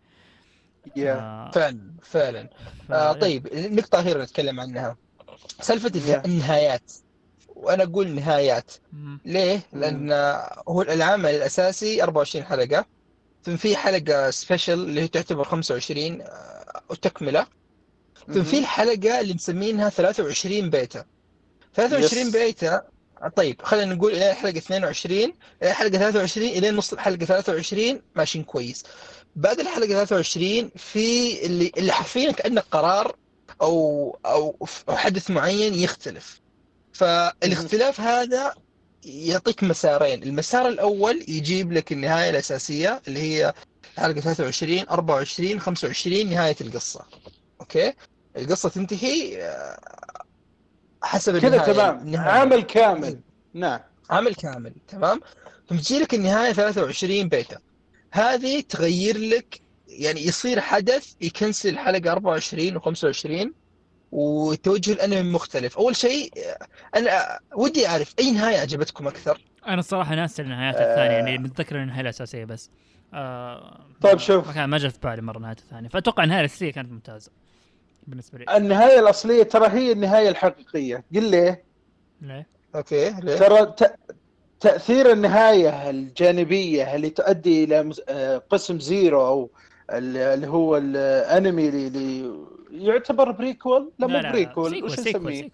فعلا. طيب نقطه اخيره نتكلم عنها، سالفه النهايات. وانا اقول نهايات ليه؟ لان هو العمل الاساسي 24 حلقه، ثم في حلقه سبيشل اللي هي تعتبر 25 وتكمله، ثم في الحلقه اللي مسمينها 23 بيتا. 23 بيتا طيب خلينا نقول الى الحلقه 22 الى الحلقه 23 الى نص الحلقه 23 ماشيين كويس. بعد الحلقه 23 في اللي حرفيا كانه قرار او حدث معين يختلف. فالاختلاف هذا يعطيك مسارين، المسار الأول يجيب لك النهاية الأساسية اللي هي حلقة 23 24 25 نهاية القصة. أوكي القصة تنتهي حسب كذا تمام، عمل كامل. نعم عمل كامل تمام. ثم تجي لك النهاية 23 بيتا، هذه تغير لك يعني يصير حدث يكنسل الحلقة 24 و25 وتوجه الانمي مختلف. اول شيء انا ودي اعرف اي نهايه عجبتكم اكثر. انا الصراحه ناسي النهايات الثانيه يعني متذكر النهايه الاساسيه بس طيب شوف ما جاء في بالي مره النهايه الثانيه، فاتوقع النهايه الاساسيه كانت ممتازه بالنسبه لي. النهايه الاصليه ترى هي النهايه الحقيقيه. قل ليه اوكي ليه؟ ترى تاثير النهايه الجانبيه اللي تؤدي الى قسم زيرو او اللي هو الانمي اللي يعتبر بريكول. لا مو بريكول، وش نسميه؟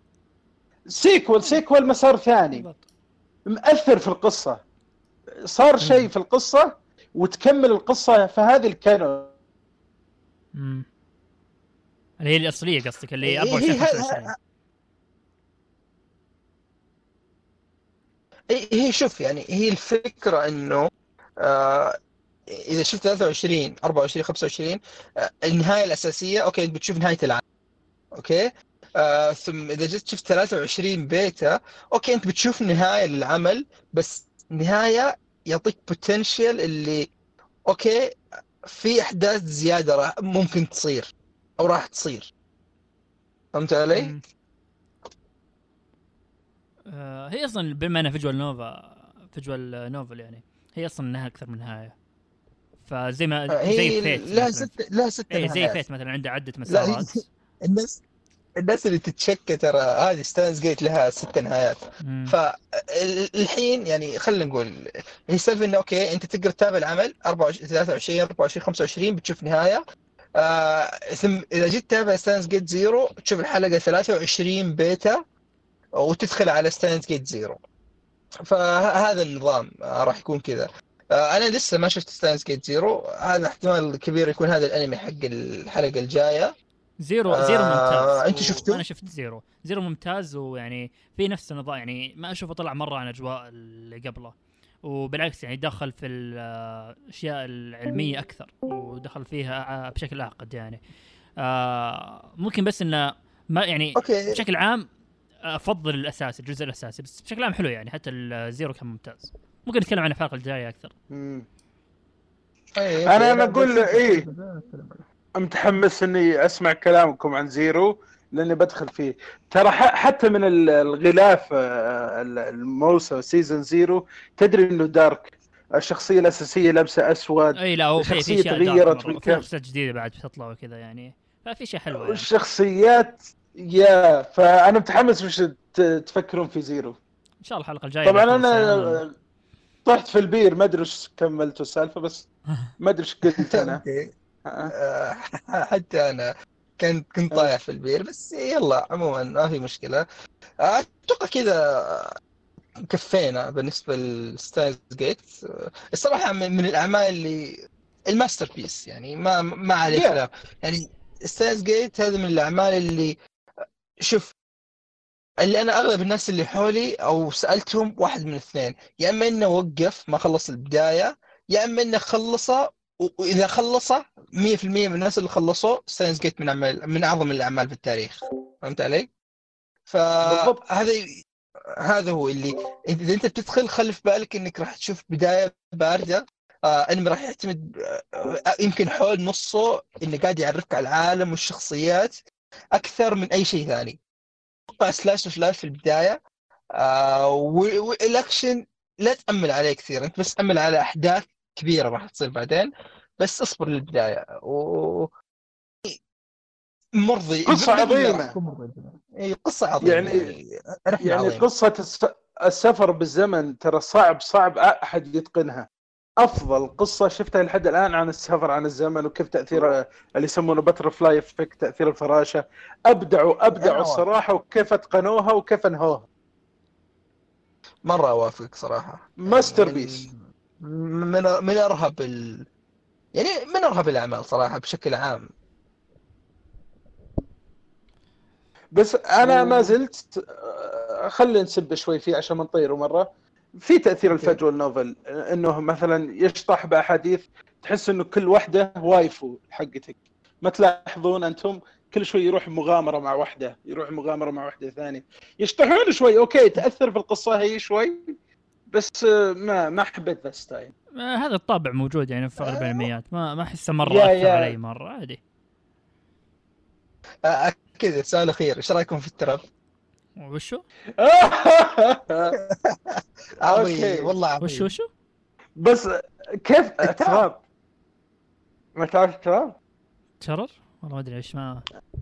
سيكول مسار ثاني بالضبط. مؤثر في القصة، صار شيء في القصة وتكمل القصة، فهذه الكانون اللي هي الأصلية قصدك اللي أبو هي شوف يعني هي الفكرة إنه إذا شفت 23 24 25 النهاية الأساسية أوكي أنت بتشوف نهاية العالم أوكي. ثم إذا جيت شفت 23 بيتا أوكي أنت بتشوف نهاية للعمل، بس نهاية يعطيك بوتنشل اللي أوكي في أحداث زيادة ممكن تصير أو راح تصير. فهمت علي؟ هي أصلا بما أنها فيجوال نوفل يعني هي أصلا إنها أكثر من نهاية. فزي ما زي فيت لا ست نهايات. زي فيت مثلا عنده عدة مسارات. الناس اللي تتشكى ترى هذه ستاينز جيت لها 6 نهايات. فالحين يعني خلينا نقول هي سالفه انه اوكي انت تقدر تتابع العمل 24 23 24 25 بتشوف نهايه. ثم اذا جيت تتابع ستاينز جيت زيرو تشوف الحلقه 23 بيتا وتدخل على ستاينز جيت زيرو. فهذا النظام راح يكون كذا. انا لسه ما شفت ستاينز جيت زيرو، هذا احتمال كبير يكون هذا الانمي حق الحلقه الجايه. زيرو ممتاز. انت شفته؟ انا شفت زيرو ممتاز، ويعني في نفس النظام يعني ما اشوفه طلع مره عن اجواء اللي قبله، وبالعكس يعني دخل في الاشياء العلميه اكثر ودخل فيها بشكل اعقد يعني. ممكن بس انه ما يعني أوكي. بشكل عام افضل الاساسي الجزء الاساسي، بس بشكل عام حلو يعني حتى الزيرو كان ممتاز. ممكن نتكلم عن الحلقه الجايه اكثر. انا اقول ايه متحمس اني اسمع كلامكم عن زيرو، لاني بدخل فيه. ترى حتى من الغلاف الموسم سيزون 0 تدري انه دارك. الشخصيه الاساسيه لابسه اسود. اي لا هو في الشخصيه اشياء تغيرت في بالكامل. شخصيات جديده بعد بتطلع وكذا يعني، ففي اشياء حلوه يعني. الشخصيات فانا متحمس وش تفكرون في زيرو. ان شاء الله الحلقه الجايه طبعا بيكون سيان انا طحت في البير، ما ادري ايش كملتوا السالفه، بس ما ادري ايش قلت انا. اوكي. حتى انا كنت طايح في البير، بس يلا عموما ما في مشكله. اتوقع كذا كفينا بالنسبه لستاينز جيت. الصراحه من الاعمال اللي الماستر بيس يعني، ما عليه Yeah. خلاف يعني. ستاينز جيت هذا من الاعمال اللي شوف، اللي انا اغلب الناس اللي حولي او سالتهم واحد من اثنين، يا اما انه وقف ما خلص البدايه، يا اما انه خلصه. واذا خلصه 100% من الناس اللي خلصوا ستاينز جيت من اعظم الاعمال في التاريخ. فهمت علي؟ بالضبط. هذا هو اللي اذا انت بتدخل خلي في بالك انك راح تشوف بدايه بارده. انمي راح يعتمد يمكن حول نصه انه قاعد يعرفك على العالم والشخصيات اكثر من اي شيء ثاني. اتوقع سلاش اوف لايف في البدايه. والاكشن لا تأمل عليه كثير، انت بس أمل على احداث كبيره راح تصير بعدين، بس اصبر للبدايه. مرضي، قصة عظيمة. اي قصه عظيمه يعني قصة السفر بالزمن ترى صعب أحد يتقنها. أفضل قصة شفتها لحد الآن عن السفر عن الزمن وكيف تأثير اللي يسمونه بتر فلاي افكت، تأثير الفراشة. أبدعوا الصراحة، وكيف أتقنوها وكيف أنهوها. مرة أوافق صراحة. ماستر بيس. من أرهب يعني من أرهب الأعمال صراحة بشكل عام. بس أنا ما زلت خلي نسب شوي فيه عشان ما نطيره مرة. في تأثير الفجوة النوفل، إنه مثلا يشطح بأحاديث تحس إنه كل واحدة وايفو حقتك. ما تلاحظون أنتم كل شوي يروح مغامرة مع واحدة، يروح مغامرة مع واحدة ثانية، يشطحون شوي. أوكي تأثر في القصة هي شوي، بس ما حبيت ذا ستايل. هذا الطابع موجود يعني في اغلب الانميات، ما احسه مره اثر علي مره عادي. كذا سؤال اخير، ايش رايكم في التراب؟ وشو؟ اوكي والله عظيم. وشو بس كيف التراب؟ ما تعرف التراب؟ ترر والله ما ادري ايش ما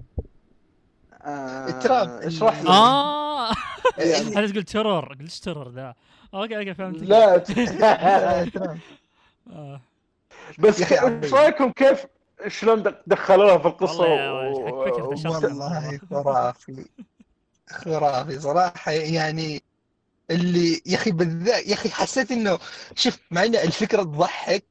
التراب اشرح لي. انا قلت ترر، قلت ايش ترر ذا؟ اوكي فهمت. لا التراب بس ايش رايكم كيف شلون دخلوها في القصه؟ والله خرافي صراحه يعني. اللي يا اخي بالذات يا اخي حسيت انه شوف، مع ان الفكره تضحك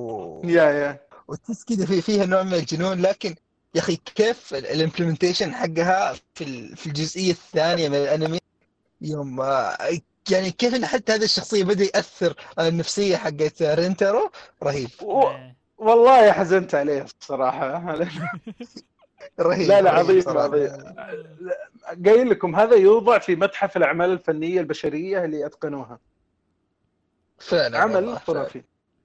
وتحس كذا فيها نوع من الجنون، لكن يا اخي كيف الامبلمنتيشن حقها في الجزئيه الثانيه من الانمي، يوم يعني كيف ان حتى هذه الشخصيه بدا ياثر على النفسيه حقت رينترو. رهيب والله حزنت عليه الصراحه. رهيب. لا عظيم. قايل لكم هذا يوضع في متحف الاعمال الفنيه البشريه اللي اتقنوها فعلا. عمل خرافي.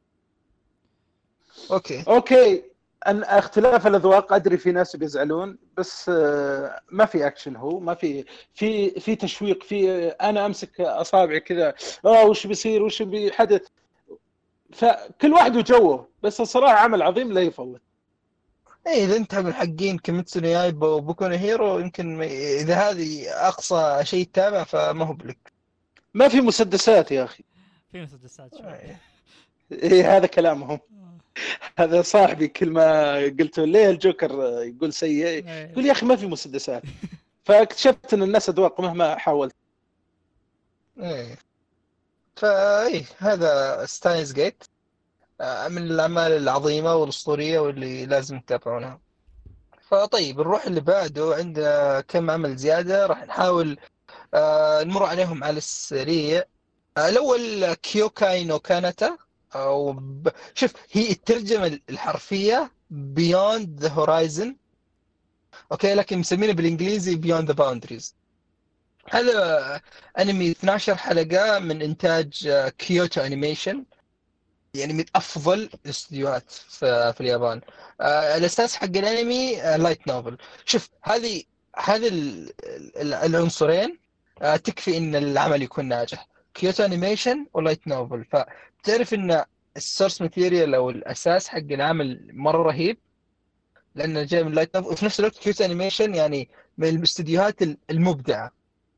اوكي ان اختلاف الاذواق ادري في ناس بيزعلون، بس ما في اكشن، هو ما في تشويق، في انا امسك اصابعي كذا وش بيصير وش بيحدث، فكل واحد وجوه. بس الصراحه عمل عظيم لا يفوت. اذا انت من حقين كيميتسو نو يايبا وبوكو نو هيرو، يمكن اذا هذه اقصى شيء تتابع فما هو بلك. ما في مسدسات يا اخي. في مسدسات شوي. ايه هذا كلامهم. هذا صاحبي كل ما قلت ليه الجوكر يقول سيء، يقول يا اخي ما في مسدسات. فاكتشفت ان الناس اذواق مهما حاولت. هذا ستاينز جيت من الأعمال العظيمة والأسطورية واللي لازم تتابعونها. فطيب نروح اللي بعده، عندنا كم عمل زيادة راح نحاول نمر عليهم على السريع. الأول كيوكاي نو كاناتا، أو شوف هي الترجمة الحرفية Beyond the Horizon، أوكي، لكن مسمينه بالإنجليزي Beyond the Boundaries. هذا أنمي 12 حلقة من إنتاج كيوتو أنيميشن، يعني من أفضل الاستديوهات في اليابان. الأساس حق الأنمي لايت نوفل. شوف هذه هذه العنصرين تكفي ان العمل يكون ناجح. كيوتو انيميشن ولايت نوفل، فتعرف ان السورس ماتيريال او الاساس حق العمل مره رهيب لانه جاي من لايت نوفل، وفي نفس الوقت كيوتو انيميشن يعني من الاستديوهات المبدعه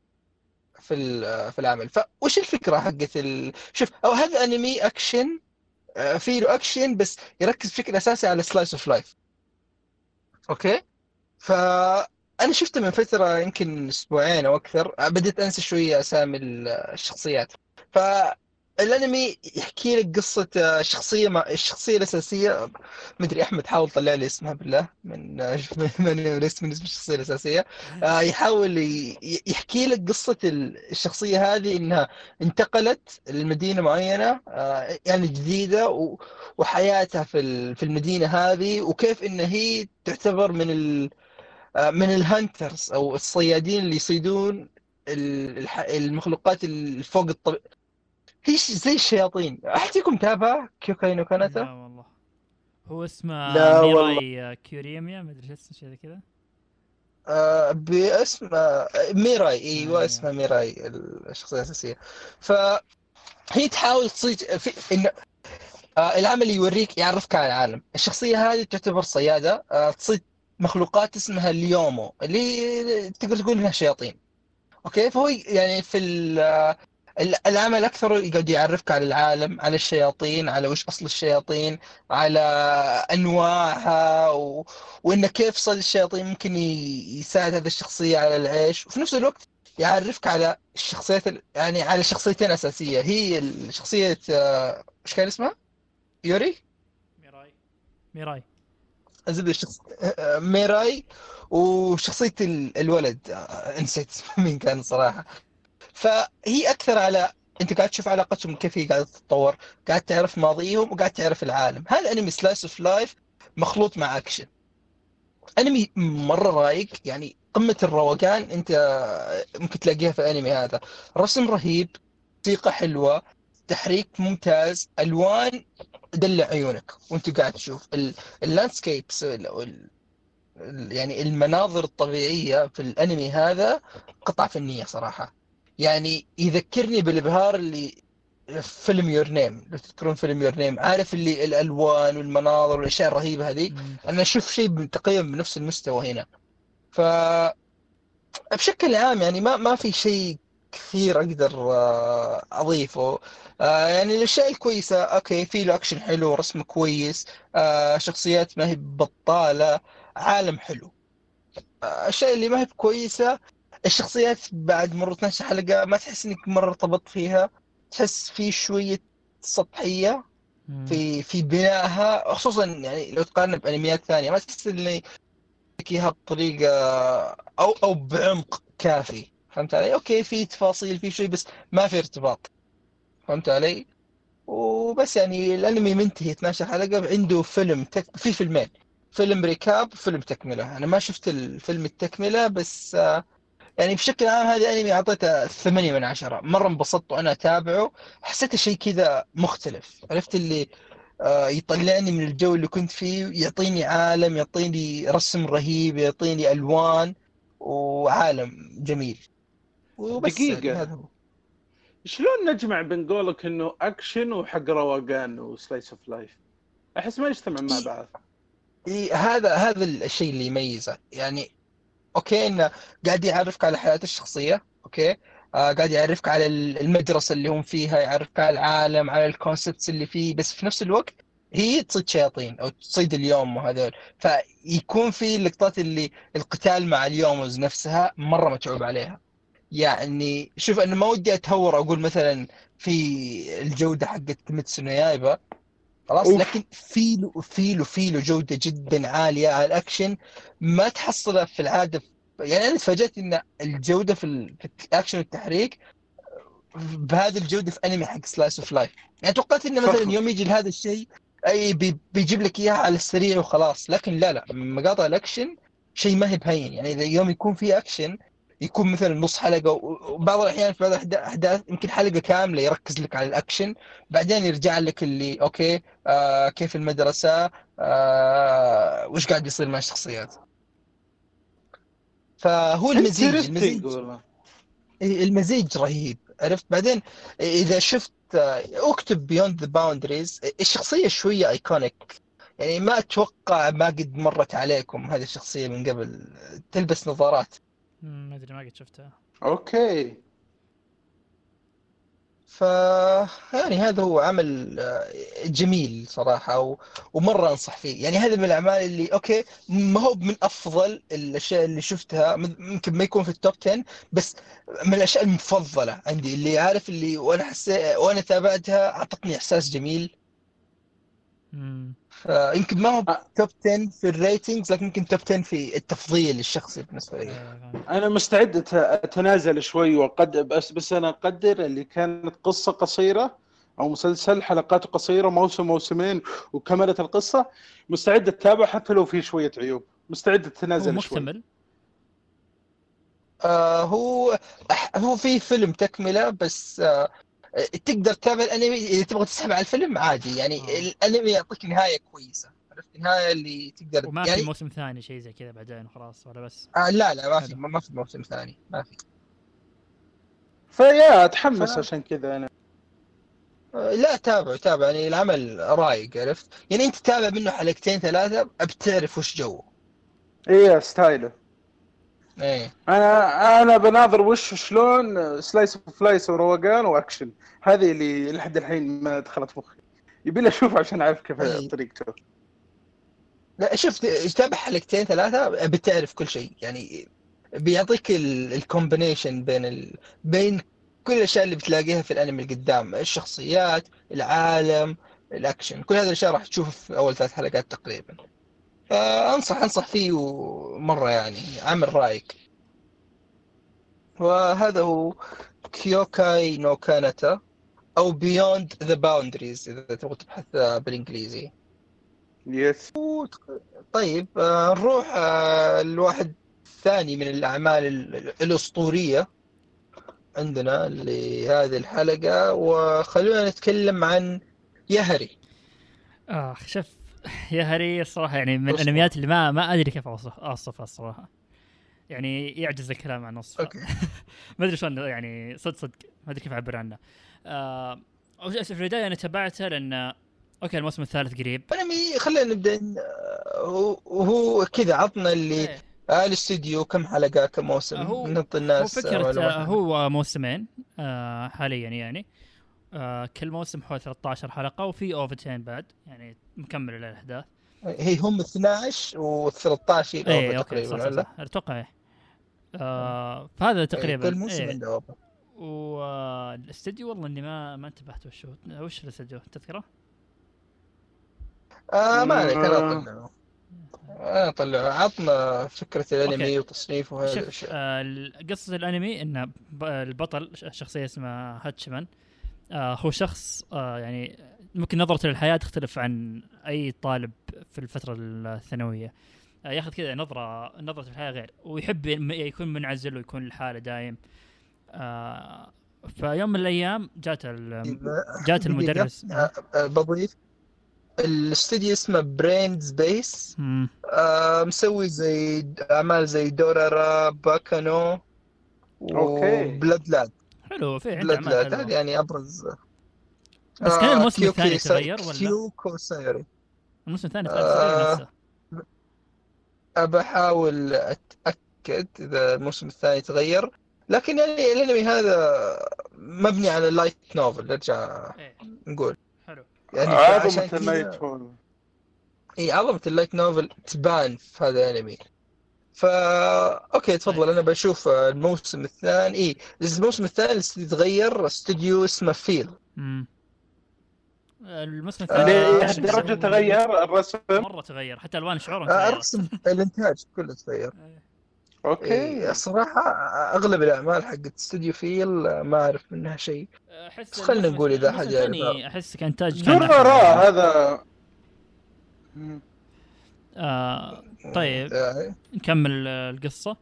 في العمل. فوش الفكره حقت شوف، او هذا انمي اكشن، فيه له اكشن بس يركز بشكل اساسي على سلايس اوف لايف. اوكي، فأنا شفته من فترة يمكن أسبوعين أو أكثر، بديت أنسى شوية أسامي الشخصيات. فالأنمي يحكي لك قصة شخصية، مع الشخصية الأساسية، مدري أحمد حاول طلع لي اسمها بالله من اسم الشخصية الأساسية. يحاول يحكي لك قصة الشخصية هذه إنها انتقلت لمدينة معينة يعني جديدة، وحياتها في المدينة هذه، وكيف إن هي تعتبر من الهانترز او الصيادين اللي يصيدون المخلوقات الفوق الطبيعية، هي زي الشياطين. احد فيكم متابع كيوكاي نو كانتا؟ لا والله، هو اسمه لا والله. ميراي كيوريميا، ما ادري اسمه شيء زي كذا. باسم ميراي، ايوه ايوه. اسمها ميراي الشخصيه الاساسيه. فهي تحاول تصيد في إن العمل يوريك، يعرفك على العالم. الشخصيه هذه تعتبر صياده تصيد مخلوقات اسمها اليومو، اللي تقدر تقول انها شياطين. اوكي، فهو يعني في العمل اكثر يقعد يعرفك على العالم، على الشياطين، على وش اصل الشياطين، على انواعها، وانه كيف صيد الشياطين ممكن يساعد هذه الشخصيه على العيش. وفي نفس الوقت يعرفك على الشخصيات يعني على شخصيتين اساسيه، هي الشخصيه ايش كان اسمها؟ يوري، ميراي. زبده الشخص ميراي، وشخصيه الولد نسيت مين كان صراحه. فهي اكثر على انت قاعد تشوف علاقتهم كيف هي قاعده تتطور، قاعد تعرف ماضيهم وقاعد تعرف العالم. هذا انمي سلايس اوف لايف مخلوط مع اكشن، انمي مره رايق يعني، قمه الروقان انت ممكن تلاقيها في الانمي هذا. رسم رهيب، موسيقى حلوه، تحريك ممتاز، الوان دلع عيونك وانت قاعد تشوف اللاندسكيبس يعني المناظر الطبيعيه في الانمي هذا قطعه فنيه صراحه. يعني يذكرني بالابهار اللي في فيلم يور نيم، لو تذكرون فيلم يور نيم، عارف اللي الالوان والمناظر والاشياء الرهيبه هذه. انا اشوف شيء تقريبا بنفس المستوى هنا. فبشكل عام يعني ما في شيء كثير اقدر اضيفه. يعني الاشياء الكويسه اوكي، في له اكشن حلو، رسم كويس، شخصيات ما هي بطاله، عالم حلو. الاشياء اللي ما هي كويسه، الشخصيات بعد مرة 12 حلقة ما تحس انك مرة ارتبطت فيها، تحس في شوية سطحية في بنائها، خصوصا يعني لو تقارن بانميات ثانية ما تحس اني اياها بطريقة او بعمق كافي. فهمت علي؟ اوكي في تفاصيل في شيء بس ما في ارتباط. فهمت علي؟ وبس يعني الانمي منتهي 12 حلقة، عنده في فيلمين، فيلم ريكاب وفيلم تكملة. انا ما شفت الفيلم التكملة بس يعني بشكل عام هذا الانمي اعطيته 8/10. مره انبسطت وانا اتابعه، حسيته شيء كذا مختلف، عرفت اللي يطلعني من الجو اللي كنت فيه، يعطيني عالم، يعطيني رسم رهيب، يعطيني الوان وعالم جميل. وبس يعني دقيقة، هذا هو. شلون نجمع بين قولك انه اكشن وحق روقان وسلايس اوف لايف؟ احس ما يجتمع مع بعض. هذا الشيء اللي يميزه يعني. اوكي انه قاعد يعرفك على حياة الشخصية، اوكي قاعد يعرفك على المدرسة اللي هم فيها، يعرفك على العالم، على الكونسبتس اللي فيه، بس في نفس الوقت هي تصيد شياطين او تصيد اليوم وهذول، فيكون في اللقطات اللي القتال مع اليومز نفسها مرة متعوب عليها. يعني شوف انا ما ودي اتهور اقول مثلا في الجودة حقت كيميتسو نو يايبا خلاص، اوف. لكن في له جودة جدا عالية على الأكشن ما تحصلها في العادة. يعني أنا تفاجأت إن الجودة في الأكشن والتحريك بهذه الجودة في أنمي حق سلايس اوف لايف. يعني توقعت إنه مثلا فخم. يوم يجي لهذا الشيء أي بيجيب لك إياها على السريع وخلاص، لكن لا مقاطع الأكشن شيء ما هي بهين. يعني إذا يوم يكون في أكشن يكون مثلا نص حلقة، وبعض الأحيان في بعض الأحداث يمكن حلقة كاملة يركز لك على الأكشن، بعدين يرجع لك اللي أوكي كيف المدرسة وش قاعد يصير مع الشخصيات. فهو Interesting والله. المزيج رهيب، عرفت. بعدين اذا شفت اكتب بيوند ذا باوندريز، الشخصيه شويه ايكونيك، يعني ما اتوقع ما قد مرت عليكم هذه الشخصيه من قبل، تلبس نظارات. ما ادري، ما قد شفتها. اوكي. ف يعني هذا هو عمل جميل صراحه، ومره انصح فيه. يعني هذا من الاعمال اللي اوكي ما هو من افضل الاشياء اللي شفتها، ممكن ما يكون في التوب 10، بس من الاشياء المفضله عندي، اللي عارف اللي وانا حسيت وانا تابعتها اعطتني احساس جميل. يمكن ما هو توب 10 في الريتنجز، لكن يمكن توب 10 في التفضيل الشخصي بالنسبه لي. انا مستعد اتنازل شوي وقد بس انا اقدر اللي كانت قصه قصيره او مسلسل حلقاته قصيره، موسمين وكملت القصه، مستعد اتابع حتى لو في شويه عيوب، مستعد اتنازل هو شوي. مكتمل. هو في فيلم تكمله، بس تقدر تتابع الانمي اذا تبغى تسحب على الفيلم عادي. يعني الانمي يعطيك نهايه كويسه، عرفت، النهايه اللي تقدر وما يعني في موسم ثاني شيء زي كذا بعدين خلاص ولا بس؟ لا ما في موسم ثاني، ما في. فيا اتحمس عشان كذا انا. لا تابع يعني العمل رايق، عرفت. يعني انت تتابع منه حلقتين ثلاثه بتعرف وش جوه. ايه ستايله. ايه انا بناظر وش شلون سلايس اوف لايس وروقان واكشن، هذه اللي لحد الحين ما دخلت مخي، يبي لي اشوف عشان اعرف كيف طريقته. لا شفت، تابع حلقتين ثلاثه بتعرف كل شيء. يعني بيعطيك الكومبينيشن بين كل الاشياء اللي بتلاقيها في الانمي اللي قدام، الشخصيات، العالم، الاكشن، كل هذه الاشياء راح تشوفها في اول 3 حلقات تقريبا. فانصح فيه مره، يعني عمل رايق. وهذا هو كيوكاي نو كاناتا او بيوند ذا باوندريز اذا تبغى تبحث بالانجليزي. يس. طيب نروح الواحد ثاني من الأعمال الأسطورية عندنا لهذه الحلقة، وخلونا نتكلم عن يهري. شوف يا هري الصراحة يعني من الأنميات اللي ما أدري كيف أوصفها الصراحة، يعني يعجز الكلام عن وصفها. ما أدري شلون، يعني صدق ما أدري كيف أعبر عنه. في البداية أنا تابعتها لأن أوكي الموسم الثالث قريب. أنمي خلينا نبدأ. وهو كذا عطنا اللي الاستوديو كم حلقة كم موسم نعطي الناس. هو فكرة هو موسمين حاليا يعني. كل موسم حوالي 13 حلقة وفي اوفرتين بعد، يعني مكمل الأحداث. هي هم 12 و13 ايه تقريبا ولا اتوقع فهذا تقريبا كل موسم عنده اوفر. والاستديو والله اني ما انتبهت وش الاستديو تذكره؟ ما عليك، انا اطلع عطنا فكرة الانمي وتصنيفه وهذا الشيء. قصة الانمي ان البطل شخصية اسمها هاتشمان. هو شخص يعني ممكن نظرته للحياة تختلف عن أي طالب في الفترة الثانوية. ياخذ كذا نظرة الحياة غير، ويحب يكون منعزل ويكون لحاله دائم. فيوم من الأيام جات المدرس. بضيف الاستديو اسمه برين سبيس. مسوي زي أعمال زي دورارا، باكانو، وبلاد لاد. حلو، في عنده أعمال حلوة يعني أبرز. بس كان الموسم الثاني تغير ولا؟ كيوكو سايري الموسم الثاني تغير نفسه. بحاول أتأكد إذا الموسم الثاني تغير، لكن يعني الانمي هذا مبني على لايت نوفل. نرجع نقول حلو يعني عظمة اللايت نوفل. عظمة اللايت نوفل تبان في هذا الانمي. اوكي تفضل. انا بشوف الموسم الثاني. الموسم الثاني تغير استوديو اسمه فيل. الموسم الثاني درجة تغير الرسم، مرة تغير، حتى الوان شعورهم تغيرت. الرسم الانتاج كله تغير. اوكي. الصراحة اغلب الاعمال حقت استوديو فيل ما اعرف منها شيء. خلينا نقول اذا حد يعرفها. احس كانتاج هذا. طيب نكمل القصة.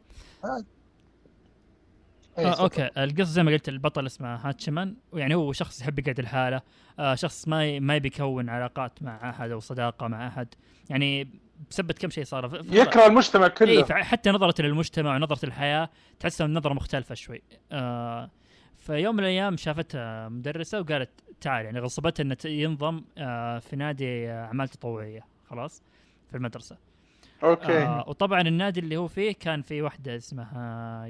اوكي القصة زي ما قلت البطل اسمه هاتشمان، ويعني هو شخص يحب يقعد لحاله. شخص ما يبي يكون علاقات مع احد او صداقة مع احد، يعني بسبب كم شيء صار يكره المجتمع كله. حتى نظرة للمجتمع ونظرة للحياة تحسها نظرة مختلفة شوي. فيوم من الأيام شافتها مدرسة وقالت تعال، يعني غصبتها أن ينضم في نادي أعمال تطوعية خلاص في المدرسة. أوكي. وطبعا النادي اللي هو فيه كان في واحدة اسمها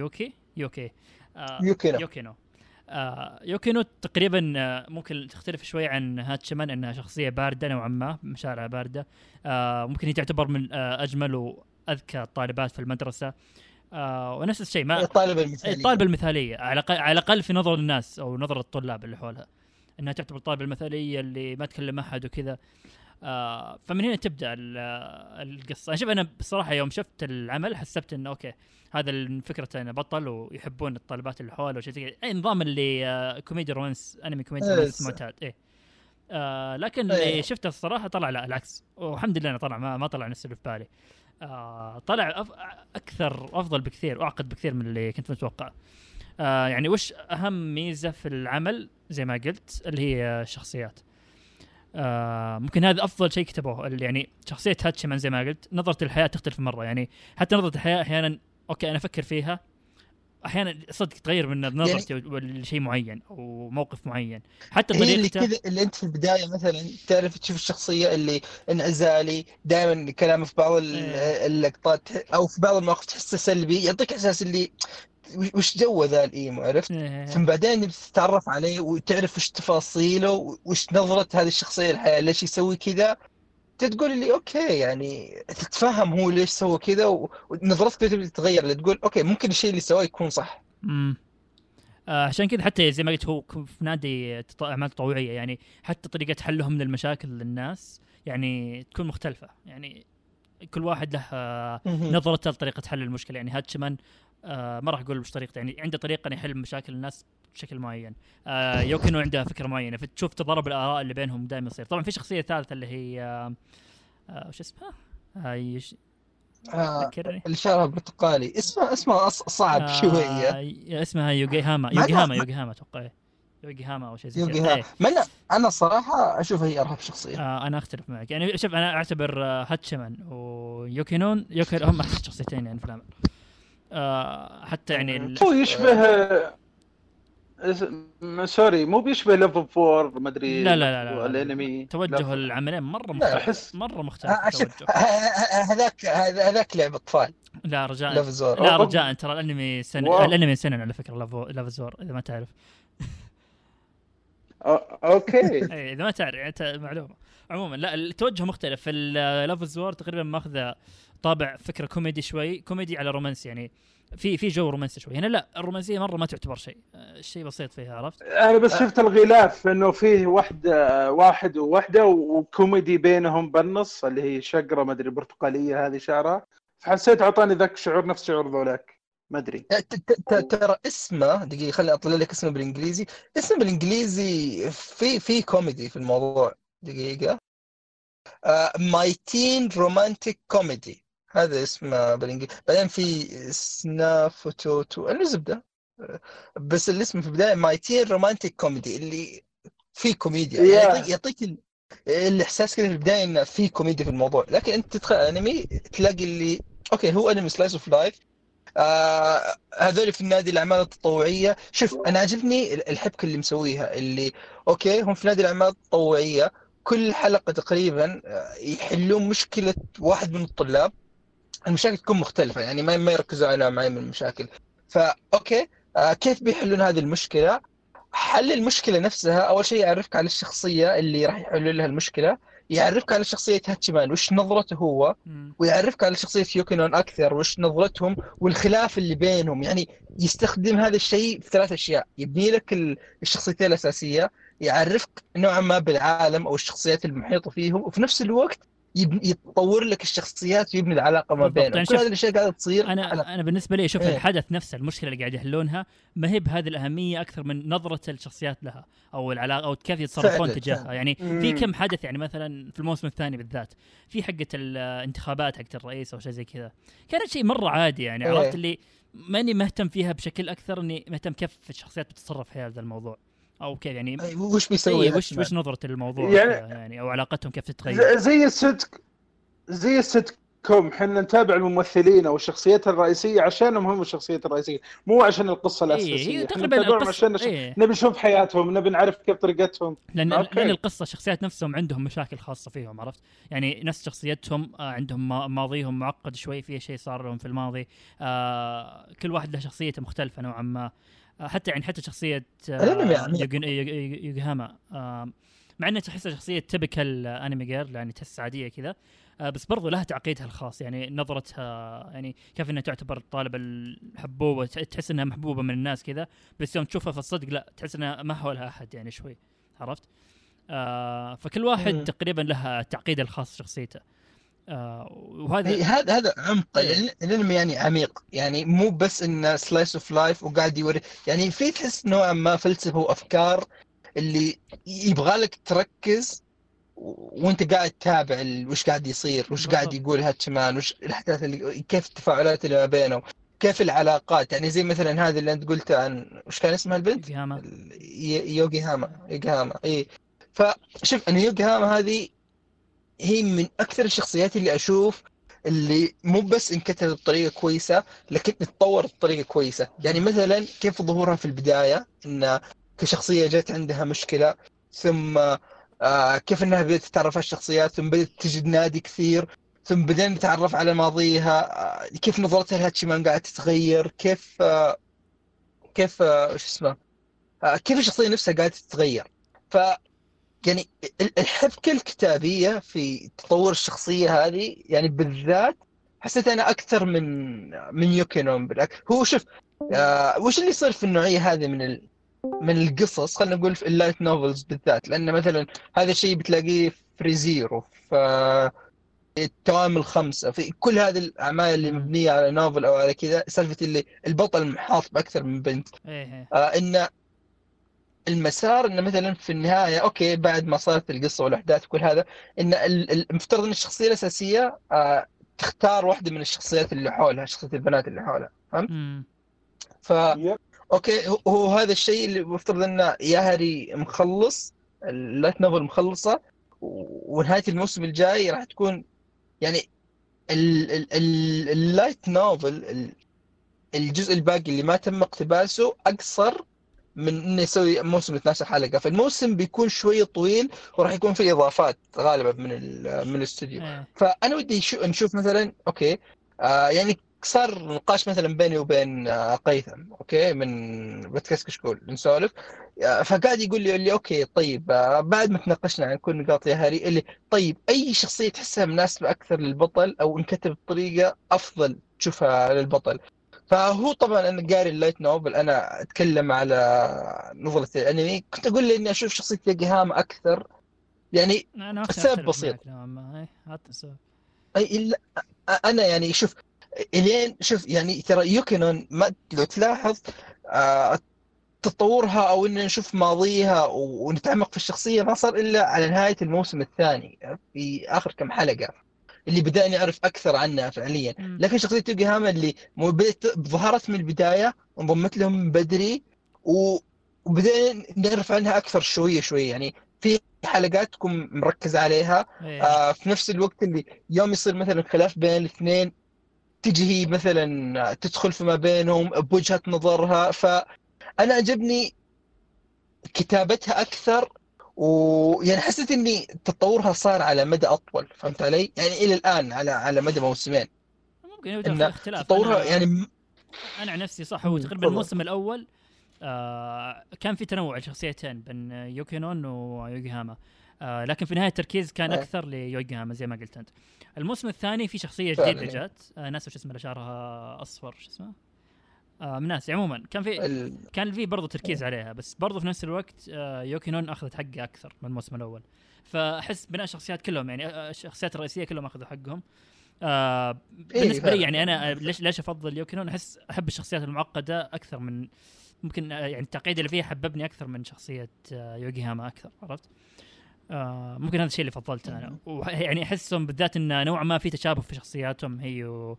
يوكينو تقريبا ممكن تختلف شوي عن هاتشمان، انها شخصيه بارده نوعا ما، مشاعرها بارده. ممكن هي تعتبر من اجمل واذكى الطالبات في المدرسه. ونفس الشيء ما الطالبه المثاليه على الاقل في نظر الناس او نظر الطلاب اللي حولها، انها تعتبر الطالبه المثاليه اللي ما تكلم احد وكذا. فمن هنا تبدا القصه. انا بصراحه يوم شفت العمل حسبت انه اوكي هذا فكرة انه بطل ويحبون الطالبات اللي حوله وشيء زي اي نظام اللي كوميدي رومانس، انمي كوميدي رومانس معتاد. لكن اللي شفته الصراحه طلع لا العكس، والحمد لله انه طلع ما طلع نفس اللي في بالي. طلع افضل بكثير واعقد بكثير من اللي كنت متوقع. يعني وش اهم ميزه في العمل زي ما قلت اللي هي الشخصيات. ممكن هذا افضل شيء كتبوه، يعني شخصيه هاتشمان زي ما قلت نظره الحياه تختلف مره. يعني حتى نظره الحياه احيانا اوكي انا افكر فيها، احيانا صدق تغير من نظرتي يعني لشيء معين او موقف معين. حتى طريقته اللي انت في البدايه مثلا تعرف تشوف الشخصيه اللي انعزالي دائما كلامه في بعض اللقطات او في بعض المواقف تحسه سلبي، يعطيك احساس اللي وش جوه ذا الايمو، عرفت؟ ثم بعدين بتتعرف عليه وتعرف وش تفاصيله وش نظره هذه الشخصيه للحياه، ليش يسوي كذا. تقول لي اوكي يعني تتفهم هو ليش سوى كذا ونظرتك تبي تتغير، اللي تقول اوكي ممكن الشيء اللي سواه يكون صح. عشان كذا حتى زي ما قلت هو في نادي اعمال تطوعيه، يعني حتى طريقه حلهم من المشاكل للناس يعني تكون مختلفه. يعني كل واحد له نظرته لطريقه حل المشكله. يعني هاتشمان ما راح اقول مش طريقته، يعني عنده طريقه يحل مشاكل الناس بشكل معين. يوكينو عنده فكره معينه، فتشوف تضارب الاراء اللي بينهم دائما يصير. طبعا في شخصيه ثالثه اللي هي وش اسمها اللي شعرها برتقالي، اسمها صعب شويه. اسمها يوغيهاما اتوقع يوغيهاما او شيء زي كذا. انا صراحه اشوف هي ارهب شخصيه. انا اختلف معك. يعني شوف انا اعتبر هاتشمان ويوكينو هم احسن شخصيتين يعني في العمل. حتى يعني هو يشبه سوري مو بيشبه ليفل 4 ما ادري. لا الانمي توجه العملين مره مختلف. مره مختلف التوجه. هذاك لعبه اطفال. لا رجاء ترى الانمي سنن على فكره لافزور اذا ما تعرف. اوكي اذا ما تعرف انت معلومه. عموما لا التوجه مختلف. في لافزور تقريبا ماخذه طابع فكره كوميدي شوي، كوميدي على رومانسي. يعني في جو رومانسي شوي. هنا لا الرومانسيه مره ما تعتبر شيء بسيط فيها، عرفت؟ انا بس شفت الغلاف انه فيه واحد ووحده وكوميدي بينهم بالنص اللي هي شقره ما ادري برتقاليه هذه شعرها، فحسيت اعطاني ذاك شعور نفس شعور ذولاك ما ادري. ترى اسمه دقيقه خليني اطلع لك اسمه بالانجليزي. اسمه بالانجليزي في كوميدي في الموضوع. دقيقه ماي تين رومانتيك كوميدي هذا اسمه بالانجليزي. بعدين في سنافوتوتو الزبده، بس الاسم في البدايه ماي تين رومانتيك كوميدي اللي فيه كوميديا. يعطيك الاحساس كذا في البدايه انه في كوميديا في الموضوع، لكن انت تدخل انمي تلاقي اللي اوكي هو انمي سلايس اوف لايف. هذول في النادي الاعمال التطوعيه. شوف انا عجبني الحبكه اللي مسويها، اللي اوكي هم في نادي الاعمال التطوعيه كل حلقه تقريبا يحلون مشكله واحد من الطلاب. المشاكل تكون مختلفه يعني ما يركزوا على معين من المشاكل. فاوكي كيف بيحلون هذه المشكله؟ حل المشكله نفسها اول شيء يعرفك على الشخصيه اللي راح يحل لها المشكله، يعرفك على شخصيه هاتشمان وش نظرته هو، ويعرفك على شخصيه يوكينون اكثر وش نظرتهم والخلاف اللي بينهم. يعني يستخدم هذا الشيء في 3 أشياء: يبني لك الشخصيتين الاساسيه، يعرفك نوعا ما بالعالم او الشخصيات المحيطه فيهم، وفي نفس الوقت يتطور لك الشخصيات ويبني العلاقه ما بينهم. كل هذه الاشياء قاعده تصير. انا بالنسبه لي اشوف الحدث نفسه، المشكله اللي قاعد يحلونها ما هي بهذه الاهميه اكثر من نظره الشخصيات لها او العلاقه او كيف يتصرفون تجاهها. يعني في كم حدث يعني مثلا في الموسم الثاني بالذات في حقه الانتخابات حقه الرئيس او شيء زي كذا، كانت شيء مره عادي يعني. عرفت اللي ماني مهتم فيها بشكل اكثر، اني مهتم كيف الشخصيات بتتصرف في هذا الموضوع او كيف يعني وش بيسوي وش نظرة الموضوع يعني او علاقتهم كيف تتغير. زي الصدق زي السيت كوم، حنا نتابع الممثلين او الشخصيات الرئيسيه عشانهم هم الشخصيات الرئيسيه، مو عشان القصه هي الاساسيه. حنا تقريبا نتابعهم القصه عشان نبي نشوف حياتهم، نبي نعرف كيف طريقتهم. لان أوكي. القصه الشخصيات نفسهم عندهم مشاكل خاصه فيهم، عرفت يعني نفس شخصيتهم عندهم ماضيهم معقد شوي، في شيء صار لهم في الماضي. كل واحد له شخصيته مختلفه نوعا ما. حتى يعني حتى شخصيه يوغاهاما مع انها تحسها شخصيه تبكل انمي جيرل، يعني تحس عاديه كذا، بس برضو لها تعقيدها الخاص. يعني نظرتها، يعني كيف انها تعتبر الطالبه الحبوبه، تحس انها محبوبه من الناس كذا، بس يوم تشوفها في الصدق لا، تحس انها ما حولها احد يعني شوي، عرفت؟ فكل واحد تقريبا له تعقيد الخاص شخصيته. وهذا هذا عمق الانمي، يعني عميق، يعني مو بس انه سلايس اوف لايف وقاعد يوري، يعني في تحس نوعا ما فلسفه وافكار اللي يبغالك تركز وانت قاعد تتابع وش قاعد يصير، وش قاعد يقول هاتشمان، وش الاحداث اللي كيف التفاعلات اللي ما بينهم، كيف العلاقات. يعني زي مثلا هذه اللي انت قلت عن وش كان اسمها البنت، يوغيهاما. اي فشوف ان يوغيهاما هذه هي من اكثر الشخصيات اللي اشوف اللي مو بس انكتبت بطريقه كويسه، لكن تتطور بطريقه كويسه. يعني مثلا كيف ظهورها في البدايه، ان كشخصيه جت عندها مشكله، ثم كيف انها بدات تتعرف على الشخصيات، ثم بدات تجد نادي كثير، ثم بدأنا نتعرف على ماضيها، كيف نظرتها لهاتشيمان قاعده تتغير، كيف وش اسمه، كيف الشخصيه نفسها قاعده تتغير. ف يعني الحبكة الكتابية في تطور الشخصية هذه يعني بالذات حسيت أنا أكثر من يوكينون هو شوف وش اللي يصير في النوعية هذه من القصص، خلينا نقول في اللايت نوفلز بالذات، لأن مثلا هذا الشيء بتلاقيه في ريزيرو، في التوام الخمسة، في كل هذه الأعمال اللي مبنية على نوفل أو على كذا، سالفة اللي البطل محاط بأكثر من بنت. إن المسار انه مثلا في النهايه اوكي بعد ما صارت القصه والاحداث وكل هذا، ان المفترض ان الشخصيه الاساسيه تختار واحده من الشخصيات اللي حولها، شخصيه البنات اللي حولها، فهمت؟ ف اوكي هو هذا الشيء اللي المفترض انه ياهري مخلص اللايت نوفل مخلصه، ونهايه الموسم الجاي راح تكون يعني اللايت نوفل الجزء الباقي اللي ما تم اقتباسه اقصر من انه يسوي موسم 12 حلقه، فالموسم بيكون شويه طويل وراح يكون فيه اضافات غالبا من الاستوديو. فانا ودي نشوف مثلا اوكي يعني صار نقاش مثلا بيني وبين قيثم اوكي من بودكاست كشكول نسولف، فقاعد يقول لي اوكي طيب بعد ما تناقشنا عن كل نقاط يا هاري اللي طيب اي شخصيه تحسها مناسبه اكثر للبطل او انكتب بطريقه افضل تشوفها للبطل. فهو طبعا انا قاري اللايت نوفل، انا اتكلم على نظرة الانمي، كنت اقول لي اني اشوف شخصية يوغيهاما اكثر، يعني السبب بسيط. انا يعني شوف الين شوف يعني ترى يوكينون ما لو تلاحظ تطورها او ان نشوف ماضيها ونتعمق في الشخصية ما صار الا على نهاية الموسم الثاني في اخر كم حلقة اللي بدأني أعرف أكثر عنها فعليا. لكن شخصية يوغيهاما اللي ظهرت من البداية وانضمت لهم من بدري وبدأنا نعرف عنها أكثر شوية يعني في حلقات تكون مركز عليها في نفس الوقت اللي يوم يصير مثلا خلاف بين الاثنين تجي هي مثلا تدخل فيما بينهم بوجهة نظرها. فأنا عجبني كتابتها أكثر، ويعني حسيت اني تطورها صار على مدى اطول، فهمت علي؟ يعني الى الان على مدى موسمين ممكن يوجد اختلاف. تطورها يعني انا عن نفسي صح، هو تقريبا الموسم الاول كان في تنوع الشخصيتين بين يوكينون ويوغيهاما، لكن في نهايه التركيز كان اكثر ليوغيهاما زي ما قلت انت. الموسم الثاني في شخصيه جديده جات، ناس وش اسمه اللي شعرها اصفر، شو اسمه من ناس عموما كان في برضو تركيز عليها، بس برضو في نفس الوقت يوكينون اخذت حقه اكثر من الموسم الاول. فاحس بناء الشخصيات كلهم يعني الشخصيات الرئيسيه كلهم اخذوا حقهم. بالنسبه لي يعني انا ليش افضل يوكينون، احب الشخصيات المعقده اكثر من ممكن يعني التعقيد اللي فيها حببني اكثر من شخصيه يوغيهاما اكثر، عرفت؟ ممكن هذا الشيء اللي فضلته انا، ويعني احسهم بالذات ان نوعا ما في تشابه في شخصياتهم هي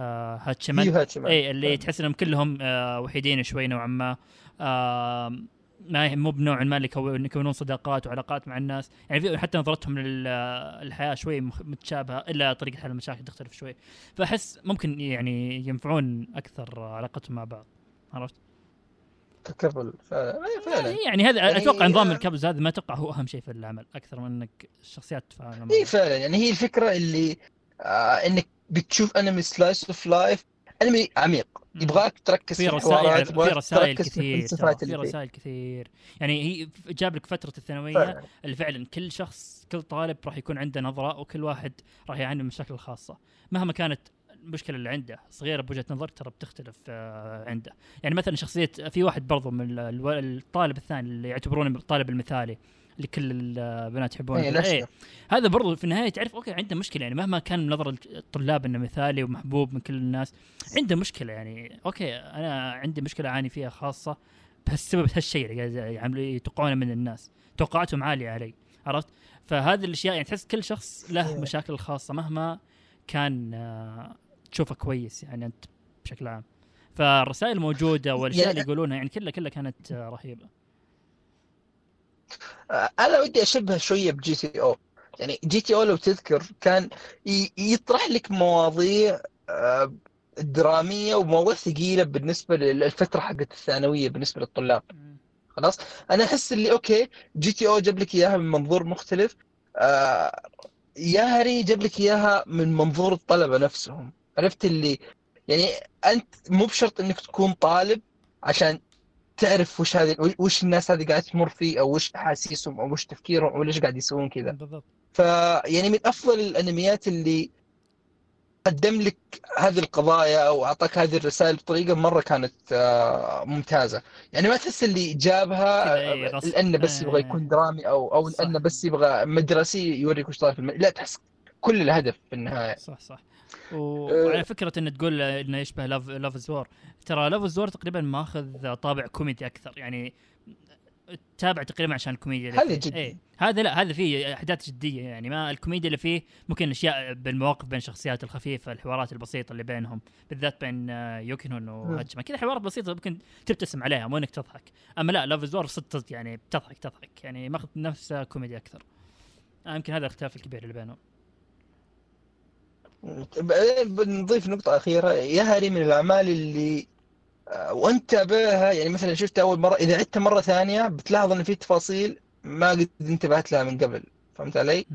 هاتشمان. اي اللي تحس انهم كلهم وحيدين شوي نوعا ما. ما مو بنوع ما اللي يكونون صداقات وعلاقات مع الناس، يعني حتى نظرتهم للحياه شوي متشابهه، الا طريقه حل المشاكل تختلف شوي. فاحس ممكن يعني ينفعون اكثر علاقتهم مع بعض، عرفت؟ تكفل فعلا. يعني هذا يعني اتوقع نظام الكابلز هذا ما اتوقع هو اهم شيء في العمل اكثر من انك الشخصيات تتفاعل معها. اي فعلا، يعني هي الفكره اللي انك بتشوف انمي سلايس اوف لايف، انمي عميق، يبغاك تركز في الحوارات، في رسائل تركز كثير، في رسائل كثير. يعني هي جاب لك فتره الثانويه فعلا. اللي فعلا كل شخص كل طالب راح يكون عنده نظره، وكل واحد راح يعاني من مشاكل الخاصه مهما كانت المشكله اللي عنده صغيره بوجهه نظرك ترى بتختلف عنده. يعني مثلا شخصيه في واحد برضو من الطالب الثاني اللي يعتبرونه الطالب المثالي اللي كل البنات يحبونه، هذا برضو في النهايه تعرف اوكي عنده مشكله، يعني مهما كان من نظر الطلاب انه مثالي ومحبوب من كل الناس عنده مشكله. يعني اوكي انا عندي مشكله اعاني فيها خاصه بسبب هالشيء اللي يعملوا يتوقعونه من الناس، توقعاتهم عاليه علي، عرفت؟ فهذه الاشياء يعني تحس كل شخص له مشاكل الخاصه مهما كان تشوفه كويس يعني انت بشكل عام. فالرسائل موجوده والاشياء اللي يقولونها يعني كلها كانت رهيبه. انا ودي اشبه شويه بجي تي او. يعني جي تي او لو تذكر كان يطرح لك مواضيع دراميه ومواضيع ثقيله بالنسبه للفتره حقت الثانويه بالنسبه للطلاب. خلاص انا احس اللي اوكي جي تي او جاب لك اياها من منظور مختلف، ياهري جاب لك اياها من منظور الطلبه نفسهم. عرفت اللي يعني انت مو بشرط انك تكون طالب عشان تعرف وش الناس هذه قاعده تمر فيه، او وش احاسيسهم، او وش تفكيرهم، او ليش قاعد يسوون كذا بالضبط. فيعني من افضل الانميات اللي قدم لك هذه القضايا او اعطاك هذه الرسائل بطريقه مره كانت ممتازه. يعني ما تحس اللي جابها لانه بس يبغى يكون درامي او لانه بس يبغى مدرسي يوريك وش صار في لا، تحس كل الهدف في النهايه. صح. وعلى فكره انه تقول انه يشبه لاف زور، ترى لاف زور تقريبا ماخذ طابع كوميدي اكثر، يعني تابع تقريبا عشان الكوميديا اللي فيه. هذا لا، هذا فيه احداث جديه، يعني ما الكوميديا اللي فيه ممكن اشياء بالمواقف بين الشخصيات الخفيفه، الحوارات البسيطه اللي بينهم بالذات بين يوكينون وهاتشيما كذا، حوارات بسيطه ممكن تبتسم عليها مو انك تضحك. اما لا، لاف زور صدق يعني بتضحك يعني ماخذ نفس كوميديا اكثر. يمكن هذا الاختلاف الكبير اللي بينهم. بنضيف نقطه اخيره، ياهري من الاعمال اللي وانت تابعها، يعني مثلا شفتها اول مره اذا عدتها مره ثانيه بتلاحظ ان في تفاصيل ما قد انتبهت لها من قبل. فهمت علي؟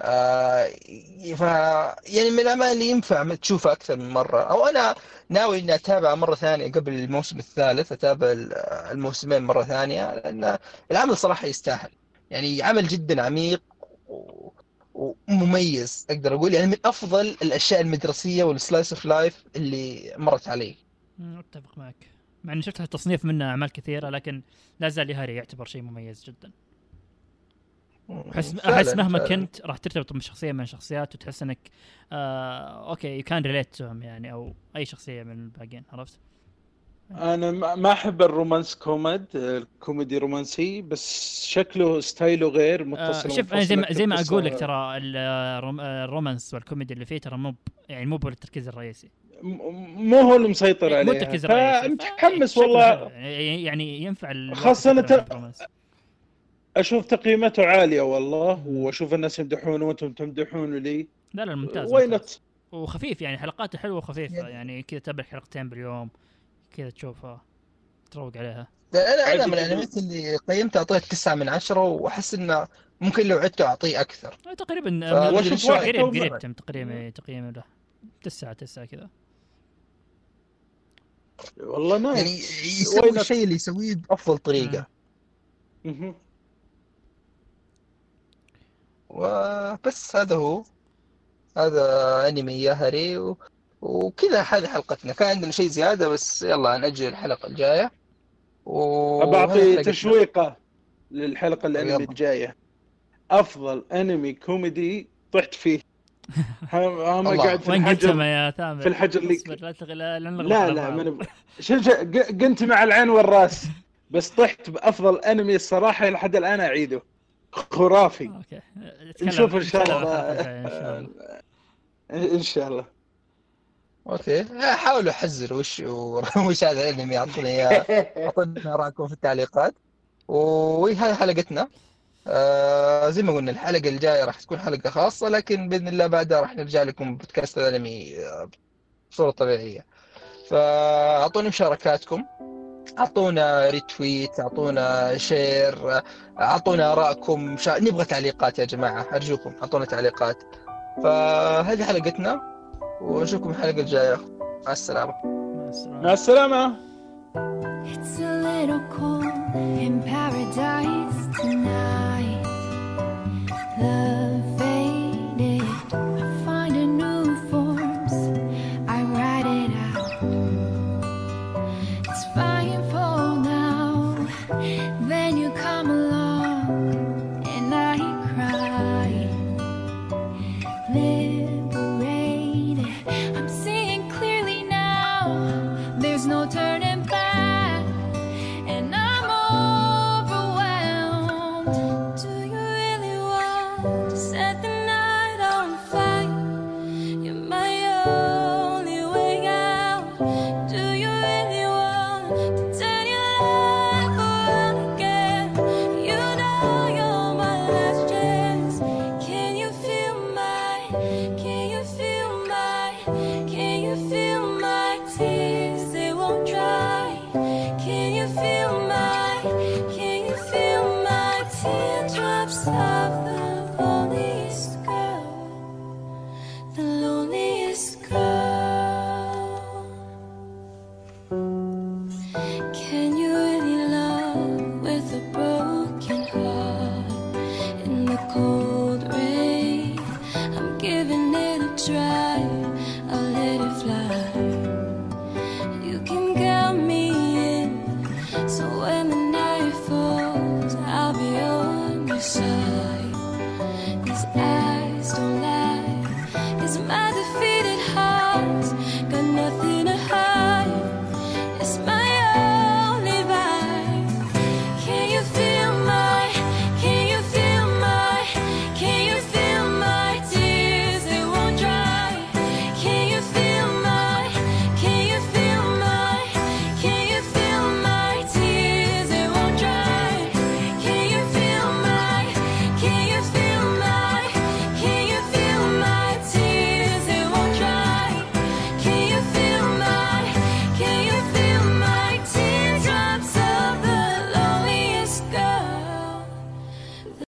يعني من الاعمال اللي ينفع تشوفها اكثر من مره، او انا ناوي اني اتابع مره ثانيه قبل الموسم الثالث، اتابع الموسمين مره ثانيه، لان العمل صراحه يستاهل. يعني عمل جدا عميق ومميز، اقدر اقول يعني من افضل الاشياء المدرسيه والسلايس اوف لايف اللي مرت علي. اتفق معك، مع اني شفت التصنيف منه اعمال كثيره، لكن لا زال ياهري يعتبر شيء مميز جدا. احس مهما كنت راح ترتبط بشخصيه من الشخصيات وتحس انك اوكي يو كان ريليت يعني، او اي شخصيه من الباقيين، عرفت؟ انا ما احب الرومانس الكوميدي رومانسي، بس شكله ستايله غير متصل. شوف انا زي ما اقول لك، ترى الرومانس والكوميدي اللي فيه ترى مو بالتركيز الرئيسي، مو هو اللي مسيطر عليه. مو التركيز الرئيسي. متحمس والله، يعني ينفع خاصة اشوف تقييماته عالية والله، واشوف الناس يمدحونه وانتم تمدحونه لي. لا ممتاز. وخفيف، يعني حلقاته حلوه وخفيفه، يعني كذا تتابع حلقتين باليوم كذا تشوفها تروق عليها. انا من الانميات اللي قيمته اعطيه 9 من 10، واحس انه ممكن لو عدته اعطيه اكثر. تقريبا قريب تقييم له 9 كذا والله نايس. يعني يسوي الشيء اللي يسويه بافضل طريقه. وبس هذا انمي ياهري وكذا. هذه حلقتنا، كان عندنا شيء زياده بس يلا نأجل الحلقه الجايه. أبعطي تشويقه للحلقه الانمي الجايه. افضل انمي كوميدي طحت فيه. هم قاعد في الحجر يا ثامر، في الحجر لا من قنت مع العين والراس، بس طحت بافضل انمي الصراحه لحد الان اعيده، خرافي. اوكي نشوف ان شاء الله. ان شاء الله. اوكي حاولوا حزروا وش هذا الانمي، اعطونا اياه، اعطونا رايكم في التعليقات. وهي حلقتنا. زي ما قلنا الحلقة الجاية راح تكون حلقة خاصة، لكن بإذن الله بعدها راح نرجع لكم بودكاست الأنمي بصورة طبيعية. فأعطوني مشاركاتكم، أعطونا ريتويت، أعطونا شير، أعطونا آراءكم، نبغى تعليقات يا جماعة، أرجوكم أعطونا تعليقات. فهذه حلقتنا، ونشوفكم الحلقة الجاية. مع السلامة. مع السلامة. It's a little cold in paradise tonight. Love faded, I find a new forms, I write it out. It's fine for now, then you come along and I cry. Liberated, I'm seeing clearly now, there's no turning back, and I'm overwhelmed. Do you really want to set the night on fire? You're my only way out. Do you really want to turn your life around again? You know you're my last chance. Can you feel my, can you feel my, can you feel my tears? They won't dry. Can you feel my, can you feel my teardrops of the loneliest girl, the loneliest girl? Can you really love with a broken heart in the cold rain? I'm giving it a try, I'll let it fly. You can count me in, so when the night falls, I'll be on your side.